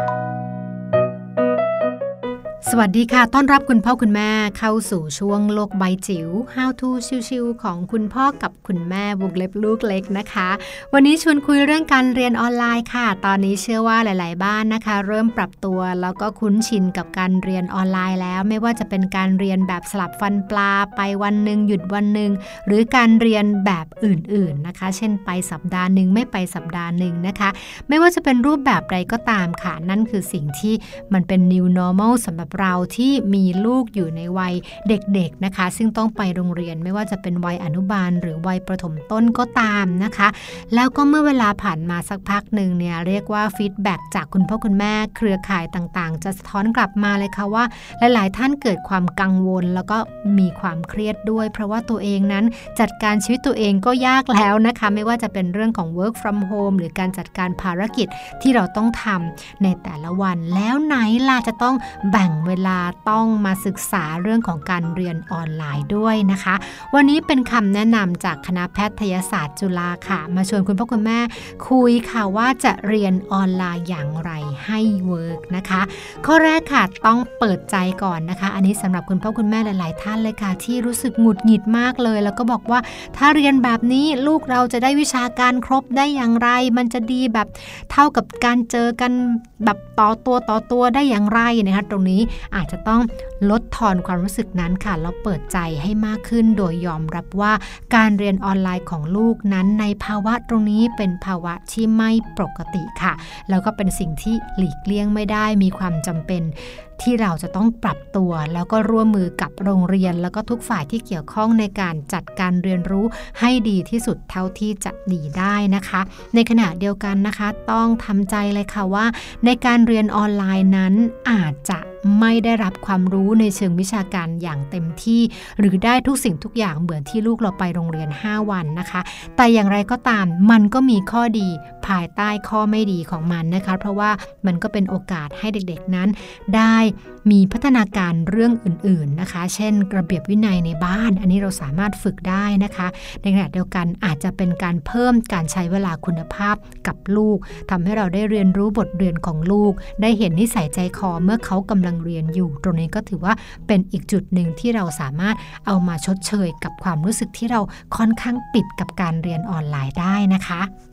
สวัสดีค่ะต้อนรับคุณพ่อคุณแม่เข้าสู่ช่วงโลกใบจิ๋ว How to ชิวๆของคุณพ่อกับคุณแม่วงเล็บลูกเล็กนะคะวันนี้ชวนคุยเรื่องการเรียนออนไลน์ค่ะตอนนี้เชื่อว่าหลายๆบ้านนะคะเริ่มปรับตัวแล้วก็คุ้นชินกับการเรียนออนไลน์แล้วไม่ว่าจะเป็นการเรียนแบบสลับฟันปลาไปวันนึงหยุดวันนึงหรือการเรียนแบบอื่นๆนะคะเช่นไปสัปดาห์นึงไม่ไปสัปดาห์นึงนะคะไม่ว่าจะเป็นรูปแบบใดก็ตามค่ะนั่นคือสิ่งที่มันเป็น new normal สำหรับเราที่มีลูกอยู่ในวัยเด็กๆนะคะซึ่งต้องไปโรงเรียนไม่ว่าจะเป็นวัยอนุบาลหรือวัยประถมต้นก็ตามนะคะแล้วก็เมื่อเวลาผ่านมาสักพักหนึ่งเนี่ยเรียกว่าฟีดแบ็กจากคุณพ่อคุณแม่เครือข่ายต่างๆจะสะท้อนกลับมาเลยค่ะว่าหลายๆท่านเกิดความกังวลแล้วก็มีความเครียดด้วยเพราะว่าตัวเองนั้นจัดการชีวิตตัวเองก็ยากแล้วนะคะไม่ว่าจะเป็นเรื่องของ work from home หรือการจัดการภารกิจที่เราต้องทำในแต่ละวันแล้วไหนล่ะจะต้องแบ่งเวลาต้องมาศึกษาเรื่องของการเรียนออนไลน์ด้วยนะคะวันนี้เป็นคำแนะนำจากคณะแพทยศาสตร์จุฬาค่ะมาชวนคุณพ่อคุณแม่คุยค่ะว่าจะเรียนออนไลน์อย่างไรให้เวิร์กนะคะข้อแรกค่ะต้องเปิดใจก่อนนะคะอันนี้สำหรับคุณพ่อคุณแม่หลายๆท่านเลยค่ะที่รู้สึกหงุดหงิดมากเลยแล้วก็บอกว่าถ้าเรียนแบบนี้ลูกเราจะได้วิชาการครบได้อย่างไรมันจะดีแบบเท่ากับการเจอกันแบบต่อตัวได้อย่างไรนะคะตรงนี้อาจจะต้องลดทอนความรู้สึกนั้นค่ะแล้วเปิดใจให้มากขึ้นโดยยอมรับว่าการเรียนออนไลน์ของลูกนั้นในภาวะตรงนี้เป็นภาวะที่ไม่ปกติค่ะแล้วก็เป็นสิ่งที่หลีกเลี่ยงไม่ได้มีความจำเป็นที่เราจะต้องปรับตัวแล้วก็ร่วมมือกับโรงเรียนแล้วก็ทุกฝ่ายที่เกี่ยวข้องในการจัดการเรียนรู้ให้ดีที่สุดเท่าที่จะดีได้นะคะในขณะเดียวกันนะคะต้องทำใจเลยค่ะว่าในการเรียนออนไลน์นั้นอาจจะไม่ได้รับความรู้ในเชิงวิชาการอย่างเต็มที่หรือได้ทุกสิ่งทุกอย่างเหมือนที่ลูกเราไปโรงเรียน5วันนะคะแต่อย่างไรก็ตามมันก็มีข้อดีภายใต้ข้อไม่ดีของมันนะคะเพราะว่ามันก็เป็นโอกาสให้เด็กๆนั้นได้มีพัฒนาการเรื่องอื่นๆนะคะเช่นระเบียบวินัยในบ้านอันนี้เราสามารถฝึกได้นะคะในขณะเดียวกันอาจจะเป็นการเพิ่มการใช้เวลาคุณภาพกับลูกทำให้เราได้เรียนรู้บทเรียนของลูกได้เห็นนิสัยใจคอเมื่อเขากำลังเรียนอยู่ตรงนี้ก็ถือว่าเป็นอีกจุดหนึ่งที่เราสามารถเอามาชดเชยกับความรู้สึกที่เราค่อนข้างปิดกับการเรียนออนไลน์ได้นะคะ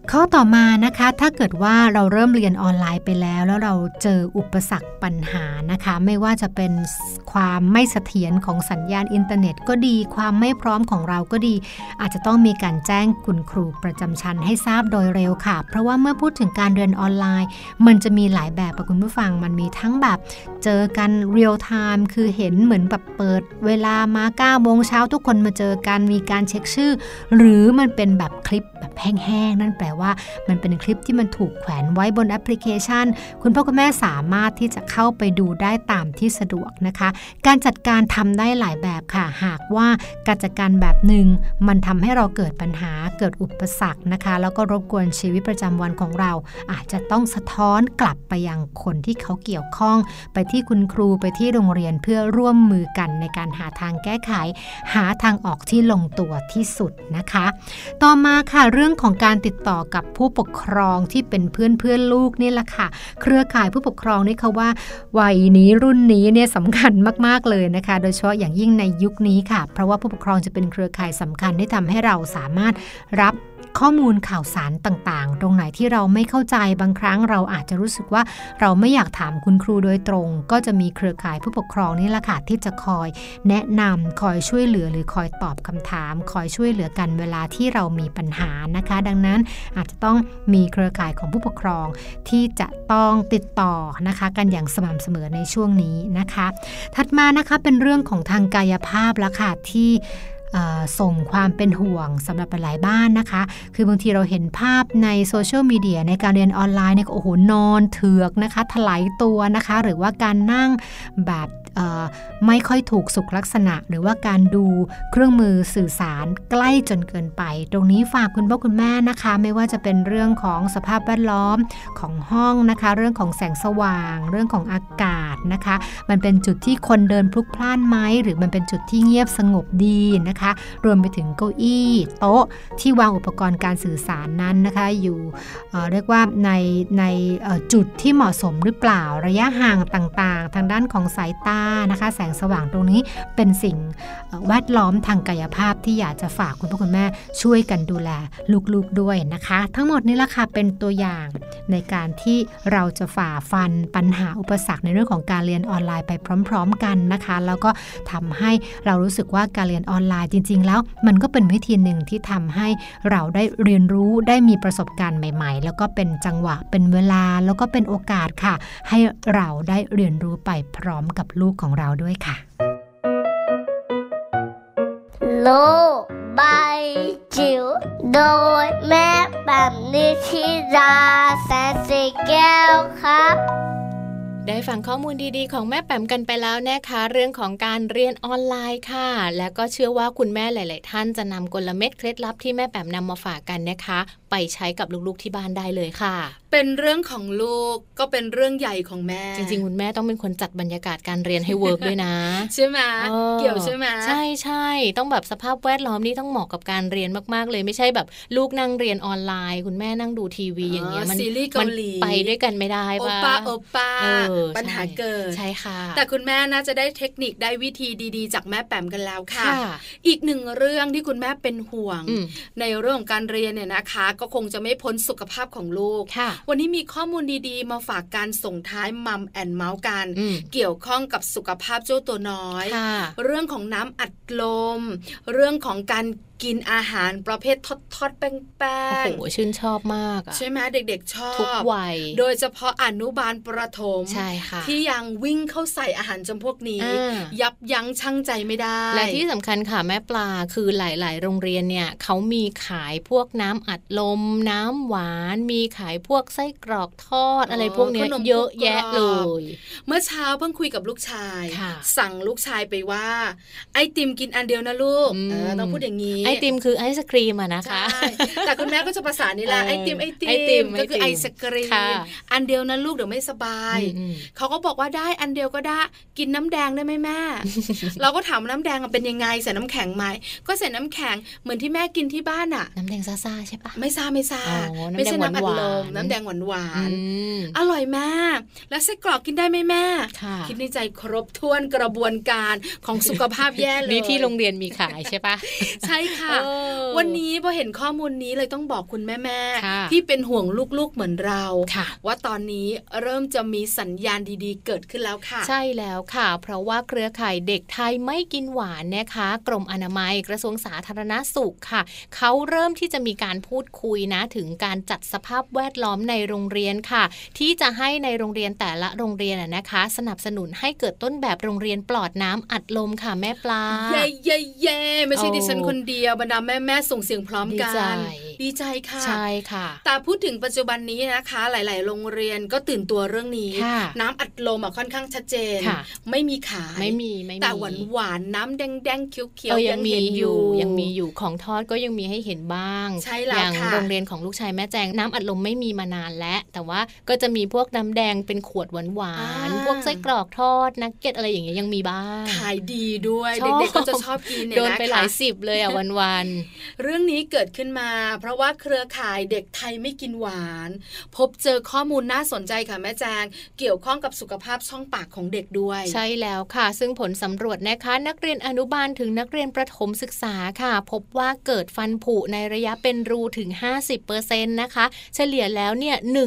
ข้อต่อมานะคะถ้าเกิดว่าเราเริ่มเรียนออนไลน์ไปแล้วเราเจออุปสรรคปัญหานะคะไม่ว่าจะเป็นความไม่เสถียรของสัญญาณอินเทอร์เน็ตก็ดีความไม่พร้อมของเราก็ดีอาจจะต้องมีการแจ้งคุณครูประจำชั้นให้ทราบโดยเร็วค่ะเพราะว่าเมื่อพูดถึงการเรียนออนไลน์มันจะมีหลายแบบคุณผู้ฟังมันมีทั้งแบบเจอกันเรียลไทม์คือเห็นเหมือนแบบเปิดเวลามา 9 โมงเช้าทุกคนมาเจอกันมีการเช็คชื่อหรือมันเป็นแบบคลิปแบบแห้งๆนั่นแปลว่ามันเป็นคลิปที่มันถูกแขวนไว้บนแอปพลิเคชันคุณพ่อคุณแม่สามารถที่จะเข้าไปดูได้ตามที่สะดวกนะคะการจัดการทำได้หลายแบบค่ะหากว่าการจัดการแบบหนึ่งมันทำให้เราเกิดปัญหาเกิดอุปสรรคนะคะแล้วก็รบกวนชีวิตประจำวันของเราอาจจะต้องสะท้อนกลับไปยังคนที่เขาเกี่ยวข้องไปที่คุณครูไปที่โรงเรียนเพื่อร่วมมือกันในการหาทางแก้ไขหาทางออกที่ลงตัวที่สุดนะคะต่อมาค่ะเรื่องของการติดต่อกับผู้ปกครองที่เป็นเพื่อนลูกนี่แหละค่ะเครือข่ายผู้ปกครองนี่เขาว่าวัยนี้รุ่นนี้เนี่ยสำคัญมากๆเลยนะคะโดยเฉพาะอย่างยิ่งในยุคนี้ค่ะเพราะว่าผู้ปกครองจะเป็นเครือข่ายสำคัญที่ทำให้เราสามารถรับข้อมูลข่าวสารต่างๆตรงไหนที่เราไม่เข้าใจบางครั้งเราอาจจะรู้สึกว่าเราไม่อยากถามคุณครูโดยตรงก็จะมีเครือข่ายผู้ปกครองนี่แหละค่ะที่จะคอยแนะนำคอยช่วยเหลือหรือคอยตอบคำถามคอยช่วยเหลือกันเวลาที่เรามีปัญหานะคะดังนั้นอาจจะต้องมีเครือข่ายของผู้ปกครองที่จะต้องติดต่อนะคะกันอย่างสม่ำเสมอในช่วงนี้นะคะถัดมานะคะเป็นเรื่องของทางกายภาพแล้วค่ะที่ส่งความเป็นห่วงสำหรับหลายบ้านนะคะคือบางทีเราเห็นภาพในโซเชียลมีเดียในการเรียนออนไลน์เนี่ยโอ้โหนอนเถือกนะคะถลายตัวนะคะหรือว่าการนั่งแบบไม่ค่อยถูกสุขลักษณะหรือว่าการดูเครื่องมือสื่อสารใกล้จนเกินไปตรงนี้ฝากคุณพ่อคุณแม่นะคะไม่ว่าจะเป็นเรื่องของสภาพแวดล้อมของห้องนะคะเรื่องของแสงสว่างเรื่องของอากาศนะคะมันเป็นจุดที่คนเดินพลุกพล่านไหมหรือมันเป็นจุดที่เงียบสงบดีนะคะรวมไปถึงเก้าอี้โต๊ะที่วางอุปกรณ์การสื่อสารนั้นนะคะอยู่เรียกว่าในจุดที่เหมาะสมหรือเปล่าระยะห่างต่างๆทางด้านของสายตานะคะแสงสว่างตรงนี้เป็นสิ่งแวดล้อมทางกายภาพที่อยากจะฝากคุณพ่อคุณแม่ช่วยกันดูแลลูกๆด้วยนะคะทั้งหมดนี้ละค่ะเป็นตัวอย่างในการที่เราจะฝ่าฟันปัญหาอุปสรรคในเรื่องของการเรียนออนไลน์ไปพร้อมๆกันนะคะแล้วก็ทำให้เรารู้สึกว่าการเรียนออนไลน์จริงๆแล้วมันก็เป็นวิธีหนึ่งที่ทำให้เราได้เรียนรู้ได้มีประสบการณ์ใหม่ๆแล้วก็เป็นจังหวะเป็นเวลาแล้วก็เป็นโอกาสค่ะให้เราได้เรียนรู้ไปพร้อมกับลูกของเราด้วยค่ะโลกใบจิ๋วโดยแม่แบบนิชิราแสนสีแก้วครับได้ฟังข้อมูลดีๆของแม่แปมกันไปแล้วนะคะเรื่องของการเรียนออนไลน์ค่ะแล้วก็เชื่อว่าคุณแม่หลายๆท่านจะนำกลเม็ดเคล็ดลับที่แม่แปมนำมาฝากกันนะคะไปใช้กับลูกๆที่บ้านได้เลยค่ะเป็นเรื่องของลูกก็เป็นเรื่องใหญ่ของแม่จริงๆคุณแม่ต้องเป็นคนจัดบรรยากาศการเรียนให้เวิร์กด้วยนะใช่ไหมเกี่ยวใช่ไหมใช่ๆต้องแบบสภาพแวดล้อมนี่ต้องเหมาะกับการเรียนมากๆเลยไม่ใช่แบบลูกนั่งเรียนออนไลน์คุณแม่นั่งดูทีวีอย่างเงี้ยมันไปด้วยกันไม่ได้ป่ะโอป้าปัญหาเกิดใช่ค่ะแต่คุณแม่น่าจะได้เทคนิคได้วิธีดีๆจากแม่แปมกันแล้วค่ะอีกหนึ่งเรื่องที่คุณแม่เป็นห่วงในเรื่องของการเรียนเนี่ยนะคะก็คงจะไม่พ้นสุขภาพของลูกวันนี้มีข้อมูลดีๆมาฝากการส่งท้ายมัมแอนเมาส์กันเกี่ยวข้องกับสุขภาพเจ้าตัวน้อยเรื่องของน้ำอัดลมเรื่องของการกินอาหารประเภททอดๆแป้งๆโอ้โหชื่นชอบมากใช่ไหมเด็กๆชอบทุกวัยโดยเฉพาะอนุบาลประถมใช่ค่ะที่ยังวิ่งเข้าใส่อาหารจำพวกนี้ยับยั้งชั่งใจไม่ได้และที่สำคัญค่ะแม่ปลาคือหลายๆโรงเรียนเนี่ยเขามีขายพวกน้ำอัดลมน้ำหวานมีขายพวกไส้กรอกทอดอะไรพวกนี้เยอะแยะเลยเมื่อเช้าเพิ่งคุยกับลูกชายสั่งลูกชายไปว่าไอติมกินอันเดียวนะลูกต้องพูดอย่างนี้ไอติมคือไอศครีมอะนะคะแต่คุณแม่ก็จะประสานนี่แหละไอติมก็คือไอศกรีมอันเดียวนะลูกเดี๋ยวไม่สบายเขาก็บอกว่าได้อันเดียวก็ได้กินน้ำแดงได้ไหมแม่เราก็ถามน้ำแดงเป็นยังไงใส่น้ำแข็งไหมก็ใส่น้ำแข็งเหมือนที่แม่กินที่บ้านอะน้ำแดงซ่าๆใช่ปะไม่ซ่าไม่ใช่น้ำอัดลมน้ำแดงหวานอร่อยมากแล้วไส้กรอกกินได้ไหมแม่คิดในใจครบถ้วนกระบวนการของสุขภาพแย่เลยนี่ที่โรงเรียนมีขายใช่ปะใช่ค่ะวันนี้พอเห็นข้อมูลนี้เลยต้องบอกคุณแม่ๆที่เป็นห่วงลูกๆเหมือนเราว่าตอนนี้เริ่มจะมีสัญญาณดีๆเกิดขึ้นแล้วค่ะใช่แล้วค่ะเพราะว่าเครือข่ายเด็กไทยไม่กินหวานนะคะกรมอนามัยกระทรวงสาธารณสุขค่ะเขาเริ่มที่จะมีการพูดคุยนะถึงการจัดสภาพแวดล้อมในโรงเรียนค่ะที่จะให้ในโรงเรียนแต่ละโรงเรียนนะคะสนับสนุนให้เกิดต้นแบบโรงเรียนปลอดน้ำอัดลมค่ะแม่ปลาเย่ไม่ใช่ดิฉันคนเดียวบรรดาแม่ส่งเสียงพร้อมกันดีใจค่ะใช่ค่ะแต่พูดถึงปัจจุบันนี้นะคะหลายๆโรงเรียนก็ตื่นตัวเรื่องนี้น้ำอัดลมค่อนข้างชัดเจนไม่มีขายไม่มีแต่หวานน้ำแดงๆเขียวๆยังมีอยู่ของทอดก็ยังมีให้เห็นบ้างอย่างโรงเรียนของลูกชายแม่แจงน้ำอัดลมไม่มีมานานแล้วแต่ว่าก็จะมีพวกน้ำแดงเป็นขวดหวานๆพวกไส้กรอกทอดนักเก็ตอะไรอย่างเงี้ยยังมีบ้างขายดีด้วยเด็กๆก็จะชอบกินเนี่ยโดนไปหลาย10เลยวันๆเรื่องนี้เกิดขึ้นมาเพราะว่าเครือข่ายเด็กไทยไม่กินหวานพบเจอข้อมูลน่าสนใจค่ะแม่แจงเกี่ยวข้องกับสุขภาพช่องปากของเด็กด้วยใช่แล้วค่ะซึ่งผลสำรวจนะคะนักเรียนอนุบาลถึงนักเรียนประถมศึกษาค่ะพบว่าเกิดฟันผุในระยะเป็นรูถึง 50% นะคะเฉลี่ยแล้วเนี่ย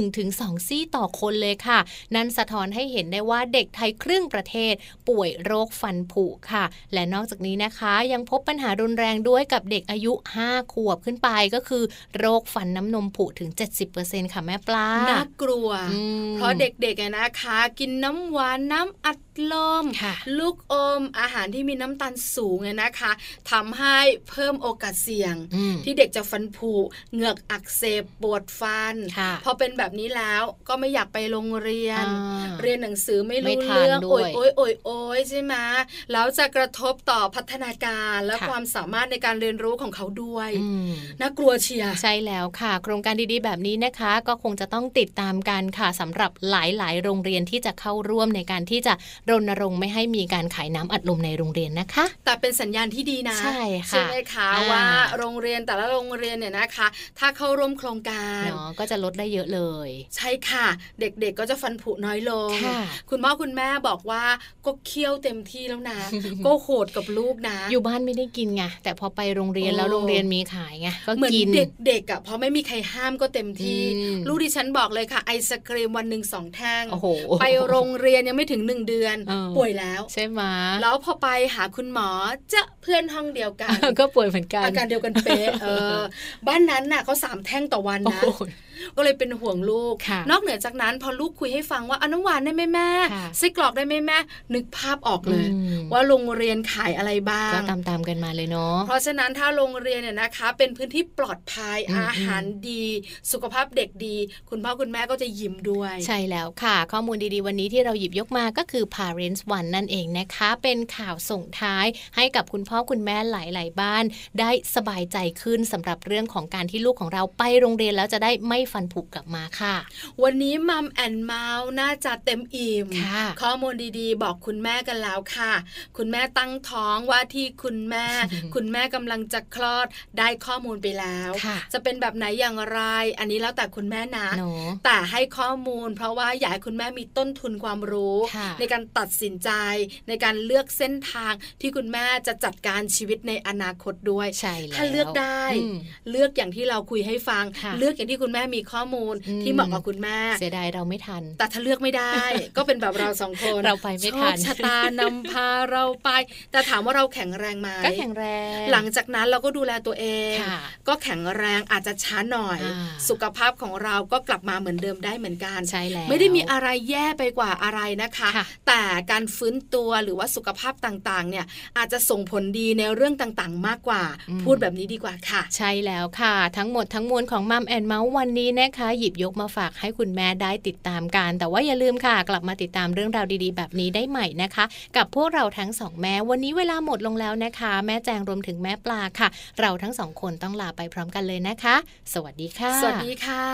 1-2 ซี่ต่อคนเลยค่ะนั่นสะท้อนให้เห็นได้ว่าเด็กไทยครึ่งประเทศป่วยโรคฟันผุค่ะและนอกจากนี้นะคะยังพบปัญหารุนแรงด้วยกับเด็กอายุ5ขวบขึ้นไปก็คือโรคฟันน้ำนมผุถึง 70% ค่ะแม่ปลาน่ากลัวเพราะเด็กๆนะคะกินน้ำหวานน้ำอัดลมลูกอมอาหารที่มีน้ำตาลสูงนะคะทำให้เพิ่มโอกาสเสี่ยงที่เด็กจะฟันผุเหงือกอักเสบปวดฟันพอเป็นแบบนี้แล้วก็ไม่อยากไปโรงเรียนเรียนหนังสือไม่รู้เรื่องโอยใช่ไหมแล้วจะกระทบต่อพัฒนาการและความสามารถในการเรียนรู้ของเขาด้วยน่ากลัวเชียร์ใช่แล้วค่ะโครงการดีๆแบบนี้นะคะก็คงจะต้องติดตามกันค่ะสำหรับหลายๆโรงเรียนที่จะเข้าร่วมในการที่จะรณรงค์ไม่ให้มีการขายน้ำอัดลมในโรงเรียนนะคะแต่เป็นสัญญาณที่ดีนะใช่ค่ะใช่ไหมคะว่าโรงเรียนแต่ละโรงเรียนเนี่ยนะคะถ้าเข้าร่วมโครงการเนาะก็จะลดได้เยอะเลยใช่ค่ะเด็กๆก็จะฟันผุน้อยลงคุณพ่อคุณแม่บอกว่าก็เคี่ยวเต็มที่แล้วนะ ก็โหดกับลูกนะอยู่บ้านไม่ได้กินไงแต่พอไปโรงเรียนแล้วโรงเรียนมีขายไงก็กินเหมือนเด็กๆอ่ะพอไม่มีใครห้ามก็เต็มที่ลูกดิฉันบอกเลยค่ะไอศกรีมวันนึง2 แท่งไปโรงเรียนยังไม่ถึง1 เดือนป่วยแล้วใช่ไหมแล้วพอไปหาคุณหมอจะเพื่อนห้องเดียวกันก็ป่วยเหมือนกันอาการเดียวกันเป๊ะบ้านนั้นน่ะเขา3 แท่งต่อวันนะก็เลยเป็นห่วงลูกนอกเหนือจากนั้นพอลูกคุยให้ฟังว่าน้ำหวานได้ไหมแม่ไส้กรอกได้ไหมแม่นึกภาพออกเลยว่าโรงเรียนขายอะไรบ้างก็ตามกันมาเลยเนาะเพราะฉะนั้นถ้าโรงเรียนเนี่ยนะคะเป็นพื้นที่ปลอดภัยอาหารดีสุขภาพเด็กดีคุณพ่อคุณแม่ก็จะยิ้มด้วยใช่แล้วค่ะข้อมูลดีๆวันนี้ที่เราหยิบยกมาก็คือ Parents One นั่นเองนะคะเป็นข่าวส่งท้ายให้กับคุณพ่อคุณแม่หลายๆบ้านได้สบายใจขึ้นสำหรับเรื่องของการที่ลูกของเราไปโรงเรียนแล้วจะได้ไม่ฟันผุกลับมาค่ะวันนี้มัมแอนเมาส์น่าจะเต็มอิ่มข้อมูลดีๆบอกคุณแม่กันแล้วค่ะคุณแม่ตั้งท้องว่าที่คุณแม่ คุณแม่กำลังจะคลอดได้ข้อมูลไปแล้วจะเป็นแบบไหนอย่างไรอันนี้แล้วแต่คุณแม่นะแต่ให้ข้อมูลเพราะว่าอยากให้คุณแม่มีต้นทุนความรู้ในการตัดสินใจในการเลือกเส้นทางที่คุณแม่จะจัดการชีวิตในอนาคตด้วยถ้าเลือกได้เลือกอย่างที่เราคุยให้ฟังเลือกอย่างที่คุณแม่มีข้อมูลที่เหมาะกับคุณแม่เสียดายเราไม่ทันแต่ถ้าเลือกไม่ได้ ก็เป็นแบบเรา2 คนเราไปไม่ทันชะตานำพาเราไปแต่ถามว่าเราแข็งแรงไหมก็แข็งแรงหลังจากนั้นเราก็ดูแลตัวเองก็แข็งแรงอาจจะช้าหน่อยสุขภาพของเราก็กลับมาเหมือนเดิมได้เหมือนกันใช่แล้วไม่ได้มีอะไรแย่ไปกว่าอะไรนะคะแต่การฟื้นตัวหรือว่าสุขภาพต่างๆเนี่ยอาจจะส่งผลดีในเรื่องต่างๆมากกว่าพูดแบบนี้ดีกว่าค่ะใช่แล้วค่ะทั้งหมดทั้งมวลของมัมแอนเมาส์วันนี้นะคะหยิบยกมาฝากให้คุณแม่ได้ติดตามกันแต่ว่าอย่าลืมค่ะกลับมาติดตามเรื่องราวดีๆแบบนี้ได้ใหม่นะคะกับพวกเราทั้ง2แม่วันนี้เวลาหมดลงแล้วนะคะแม่แจงรวมถึงแม่ปลาค่ะเราทั้ง2คนต้องลาไปพร้อมกันเลยนะคะสวัสดีค่ะสวัสดีค่ะ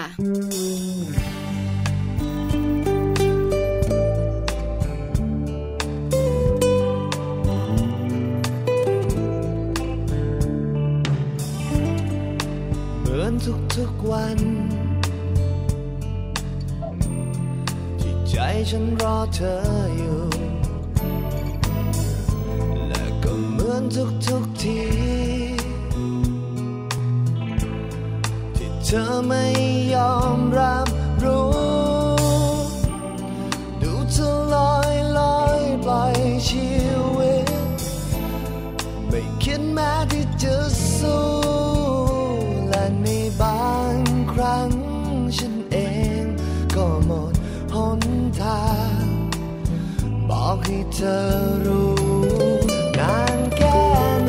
เหมือนทุกๆวันที่ใจฉันรอเธออยู่และก็เหมือนทุกทีเธอไม่ยอมรับรู้ดูเธอลอยปล่อยชีวิตไม่คิดแม้ที่จะสู้และในบางครั้งฉันเองก็หมดหนทางบอกให้เธอรู้นานแค่ไหน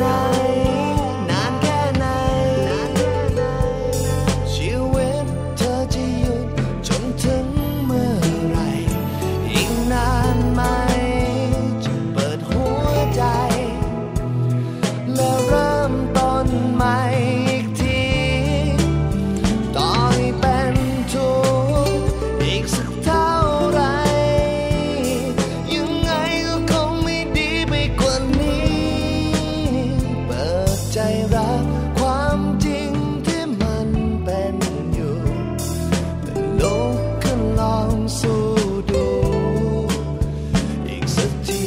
ชีวิตเธอจะหยุดจนถึงเมื่อไรอีกนานไหมจะเปิดหัวใจและเริ่มต้นใหม่อีกทีต่อให้เป็นทุกข์อีกสักเท่าไรยังไงก็คงไม่ดีไปกว่านี้เปิดใจรับความจริงที่มันเป็นอยู่ลุกขึ้นลองสู้ดูอีกสักที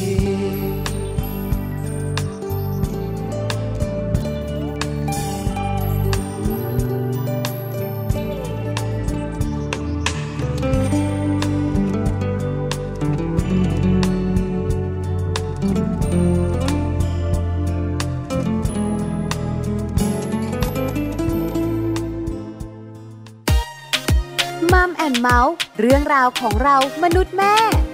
มัมแอนด์เมาส์เรื่องราวของเรามนุษย์แม่